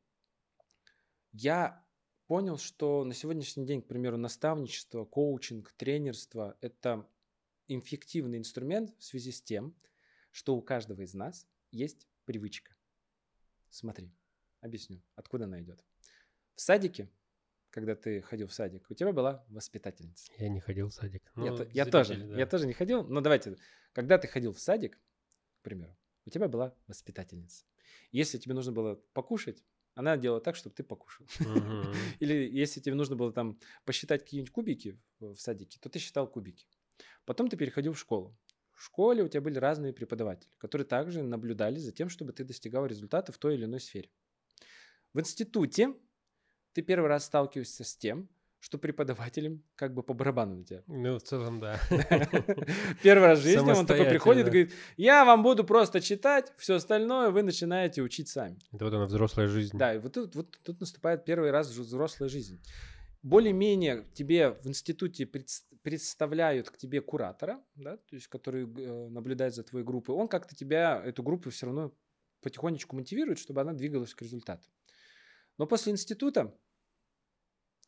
Speaker 2: я понял, что на сегодняшний день, к примеру, наставничество, коучинг, тренерство – это эффективный инструмент в связи с тем, что у каждого из нас есть привычка. Смотри, объясню, откуда она идет. В садике, когда ты ходил в садик, у тебя была воспитательница.
Speaker 1: Я не ходил в садик.
Speaker 2: Я,
Speaker 1: Ну,
Speaker 2: то- я тоже,
Speaker 1: зрители,
Speaker 2: я
Speaker 1: да.
Speaker 2: тоже не ходил, но давайте, когда ты ходил в садик, к примеру, у тебя была воспитательница. Если тебе нужно было покушать, она делала так, чтобы ты покушал.
Speaker 1: Мгм.
Speaker 2: Или если тебе нужно было там посчитать какие-нибудь кубики в в садике, то ты считал кубики. Потом ты переходил в школу. В школе у тебя были разные преподаватели, которые также наблюдали за тем, чтобы ты достигал результата в той или иной сфере. В институте ты первый раз сталкиваешься с тем, что преподавателем как бы по барабану на тебя.
Speaker 1: Ну, в целом, да.
Speaker 2: Первый раз в жизни он такой приходит и
Speaker 1: Самостоятельно.
Speaker 2: говорит, я вам буду просто читать, все остальное вы начинаете учить сами.
Speaker 1: Это вот она, взрослая жизнь.
Speaker 2: Да, и вот тут, вот тут наступает первый раз взрослая жизнь. Более-менее тебе в институте предс- представляют к тебе куратора, да, то есть который э, наблюдает за твоей группой. Он как-то тебя, эту группу все равно потихонечку мотивирует, чтобы она двигалась к результату. Но после института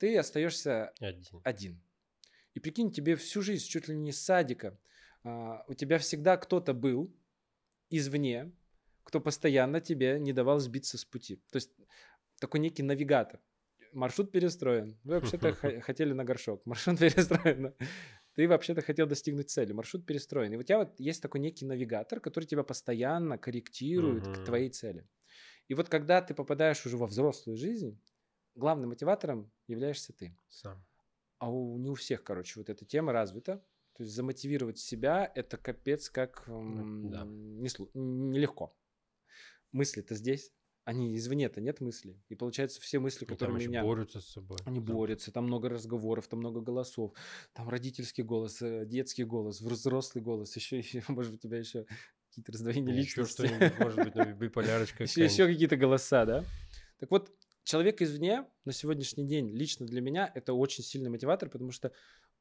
Speaker 2: ты остаешься
Speaker 1: Один.
Speaker 2: один. И прикинь, тебе всю жизнь, чуть ли не с садика, а, у тебя всегда кто-то был извне, кто постоянно тебе не давал сбиться с пути. То есть такой некий навигатор. Маршрут перестроен. Вы вообще-то х- хотели на горшок. Маршрут перестроен. Ты вообще-то хотел достигнуть цели. Маршрут перестроен. И у тебя вот есть такой некий навигатор, который тебя постоянно корректирует к
Speaker 1: Мгм.
Speaker 2: твоей цели. И вот когда ты попадаешь уже во взрослую жизнь, главным мотиватором являешься ты.
Speaker 1: Сам.
Speaker 2: А у, не у всех, короче, вот эта тема развита. То есть замотивировать себя – это капец как м,
Speaker 1: Да.
Speaker 2: не слу- нелегко. Мысли-то здесь, они извне-то нет мыслей. И получается все мысли,
Speaker 1: И там
Speaker 2: которые
Speaker 1: еще
Speaker 2: меня…
Speaker 1: борются с собой.
Speaker 2: Они
Speaker 1: За-
Speaker 2: борются, там много разговоров, там много голосов, там родительский голос, э, детский голос, взрослый голос, еще, еще может быть, у тебя еще какие-то раздвоения
Speaker 1: Еще
Speaker 2: личности.
Speaker 1: что-нибудь, может быть, ну, биполярочка
Speaker 2: Еще, еще
Speaker 1: какая-нибудь.
Speaker 2: какие-то голоса, да? Так вот, человек извне на сегодняшний день лично для меня это очень сильный мотиватор, потому что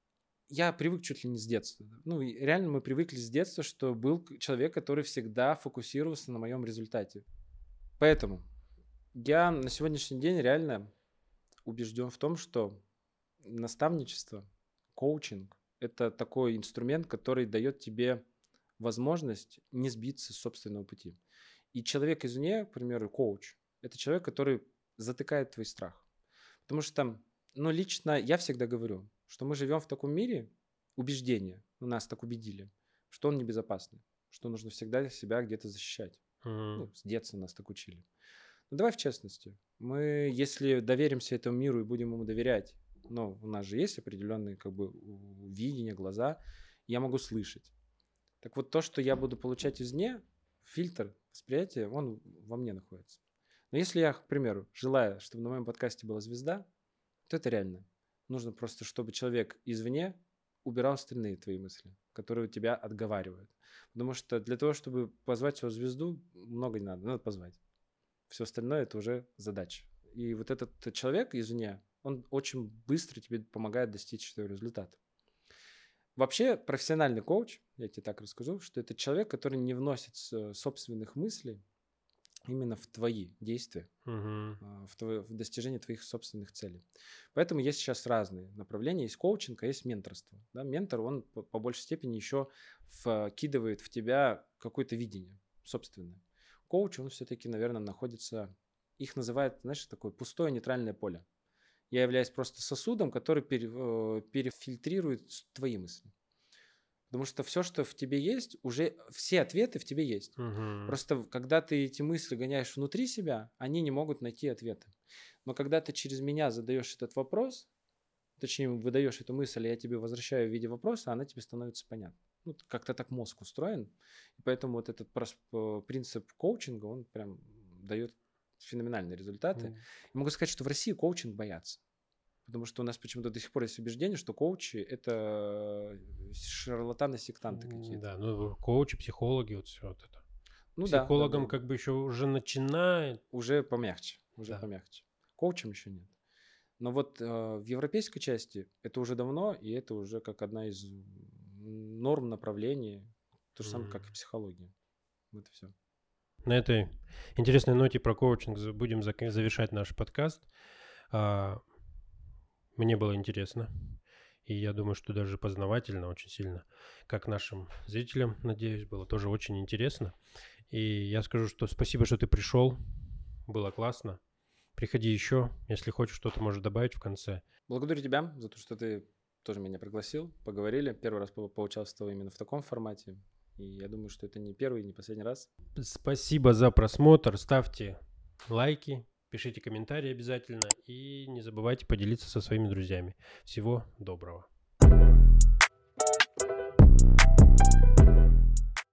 Speaker 2: я привык чуть ли не с детства. Ну, и реально мы привыкли с детства, что был к- человек, который всегда фокусировался на моем результате. Поэтому я на сегодняшний день реально убежден в том, что наставничество, коучинг – это такой инструмент, который дает тебе возможность не сбиться с собственного пути. И человек извне, к примеру, коуч, это человек, который затыкает твой страх. Потому что, ну, лично я всегда говорю, что мы живем в таком мире убеждения, ну, нас так убедили, что он небезопасный, что нужно всегда себя где-то защищать.
Speaker 1: Мгм.
Speaker 2: Ну, с детства нас так учили. Ну, давай в частности. Мы, если доверимся этому миру и будем ему доверять, ну, у нас же есть определенные, как бы, у- видения, глаза, я могу слышать. Так вот, то, что я буду получать извне, фильтр восприятия, он во мне находится. Но если я, к примеру, желаю, чтобы на моем подкасте была звезда, то это реально. Нужно просто, чтобы человек извне убирал остальные твои мысли, которые тебя отговаривают. Потому что для того, чтобы позвать свою звезду, много не надо, надо позвать. Все остальное – это уже задача. И вот этот человек извне, он очень быстро тебе помогает достичь своего результата. Вообще, профессиональный коуч, я тебе так расскажу, что это человек, который не вносит с- собственных мыслей именно в твои действия,
Speaker 1: Мгм.
Speaker 2: а, в, твое, в достижении твоих собственных целей. Поэтому есть сейчас разные направления. Есть коучинг, а есть менторство. Да? Ментор, он по, по большей степени еще вкидывает в тебя какое-то видение собственное. Коуч, он все-таки, наверное, находится, их называют, знаешь, такое пустое нейтральное поле. Я являюсь просто сосудом, который пере- э, перефильтрирует с- твои мысли. Потому что все, что в тебе есть, уже все ответы в тебе есть.
Speaker 1: Мгм.
Speaker 2: Просто в- когда ты эти мысли гоняешь внутри себя, они не могут найти ответы. Но когда ты через меня задаешь этот вопрос, точнее, выдаешь эту мысль, и я тебе возвращаю в виде вопроса, она тебе становится понятна. Ну, как-то так мозг устроен. И поэтому вот этот прос- э, принцип коучинга, он прям дает феноменальные результаты.
Speaker 1: М.
Speaker 2: И могу сказать, что в России коучинг боятся. Потому что у нас почему-то до сих пор есть убеждение, что коучи – это шарлатаны-сектанты
Speaker 1: М,
Speaker 2: какие-то.
Speaker 1: Да, ну коучи, психологи, вот все вот это.
Speaker 2: Ну да, да,
Speaker 1: Психологам
Speaker 2: да.
Speaker 1: как бы еще уже начинает.
Speaker 2: Уже помягче, уже
Speaker 1: Да.
Speaker 2: помягче. Коучем еще нет. Но вот э, в европейской части это уже давно, и это уже как одна из м, норм направлений, то же самое, как и
Speaker 1: М.
Speaker 2: психология. Вот и все.
Speaker 1: На этой интересной ноте про коучинг за- будем зак- завершать наш подкаст. А, Мне было интересно. И я думаю, что даже познавательно очень сильно. Как нашим зрителям, надеюсь, было тоже очень интересно. И я скажу, что спасибо, что ты пришел. Было классно. Приходи еще, если хочешь что-то можешь добавить в конце.
Speaker 2: Благодарю тебя за то, что ты тоже меня пригласил, поговорили. Первый раз по- поучаствовал именно в таком формате. И я думаю, что это не первый и не последний раз.
Speaker 1: Спасибо за просмотр. Ставьте лайки, пишите комментарии обязательно. И не забывайте поделиться со своими друзьями. Всего доброго.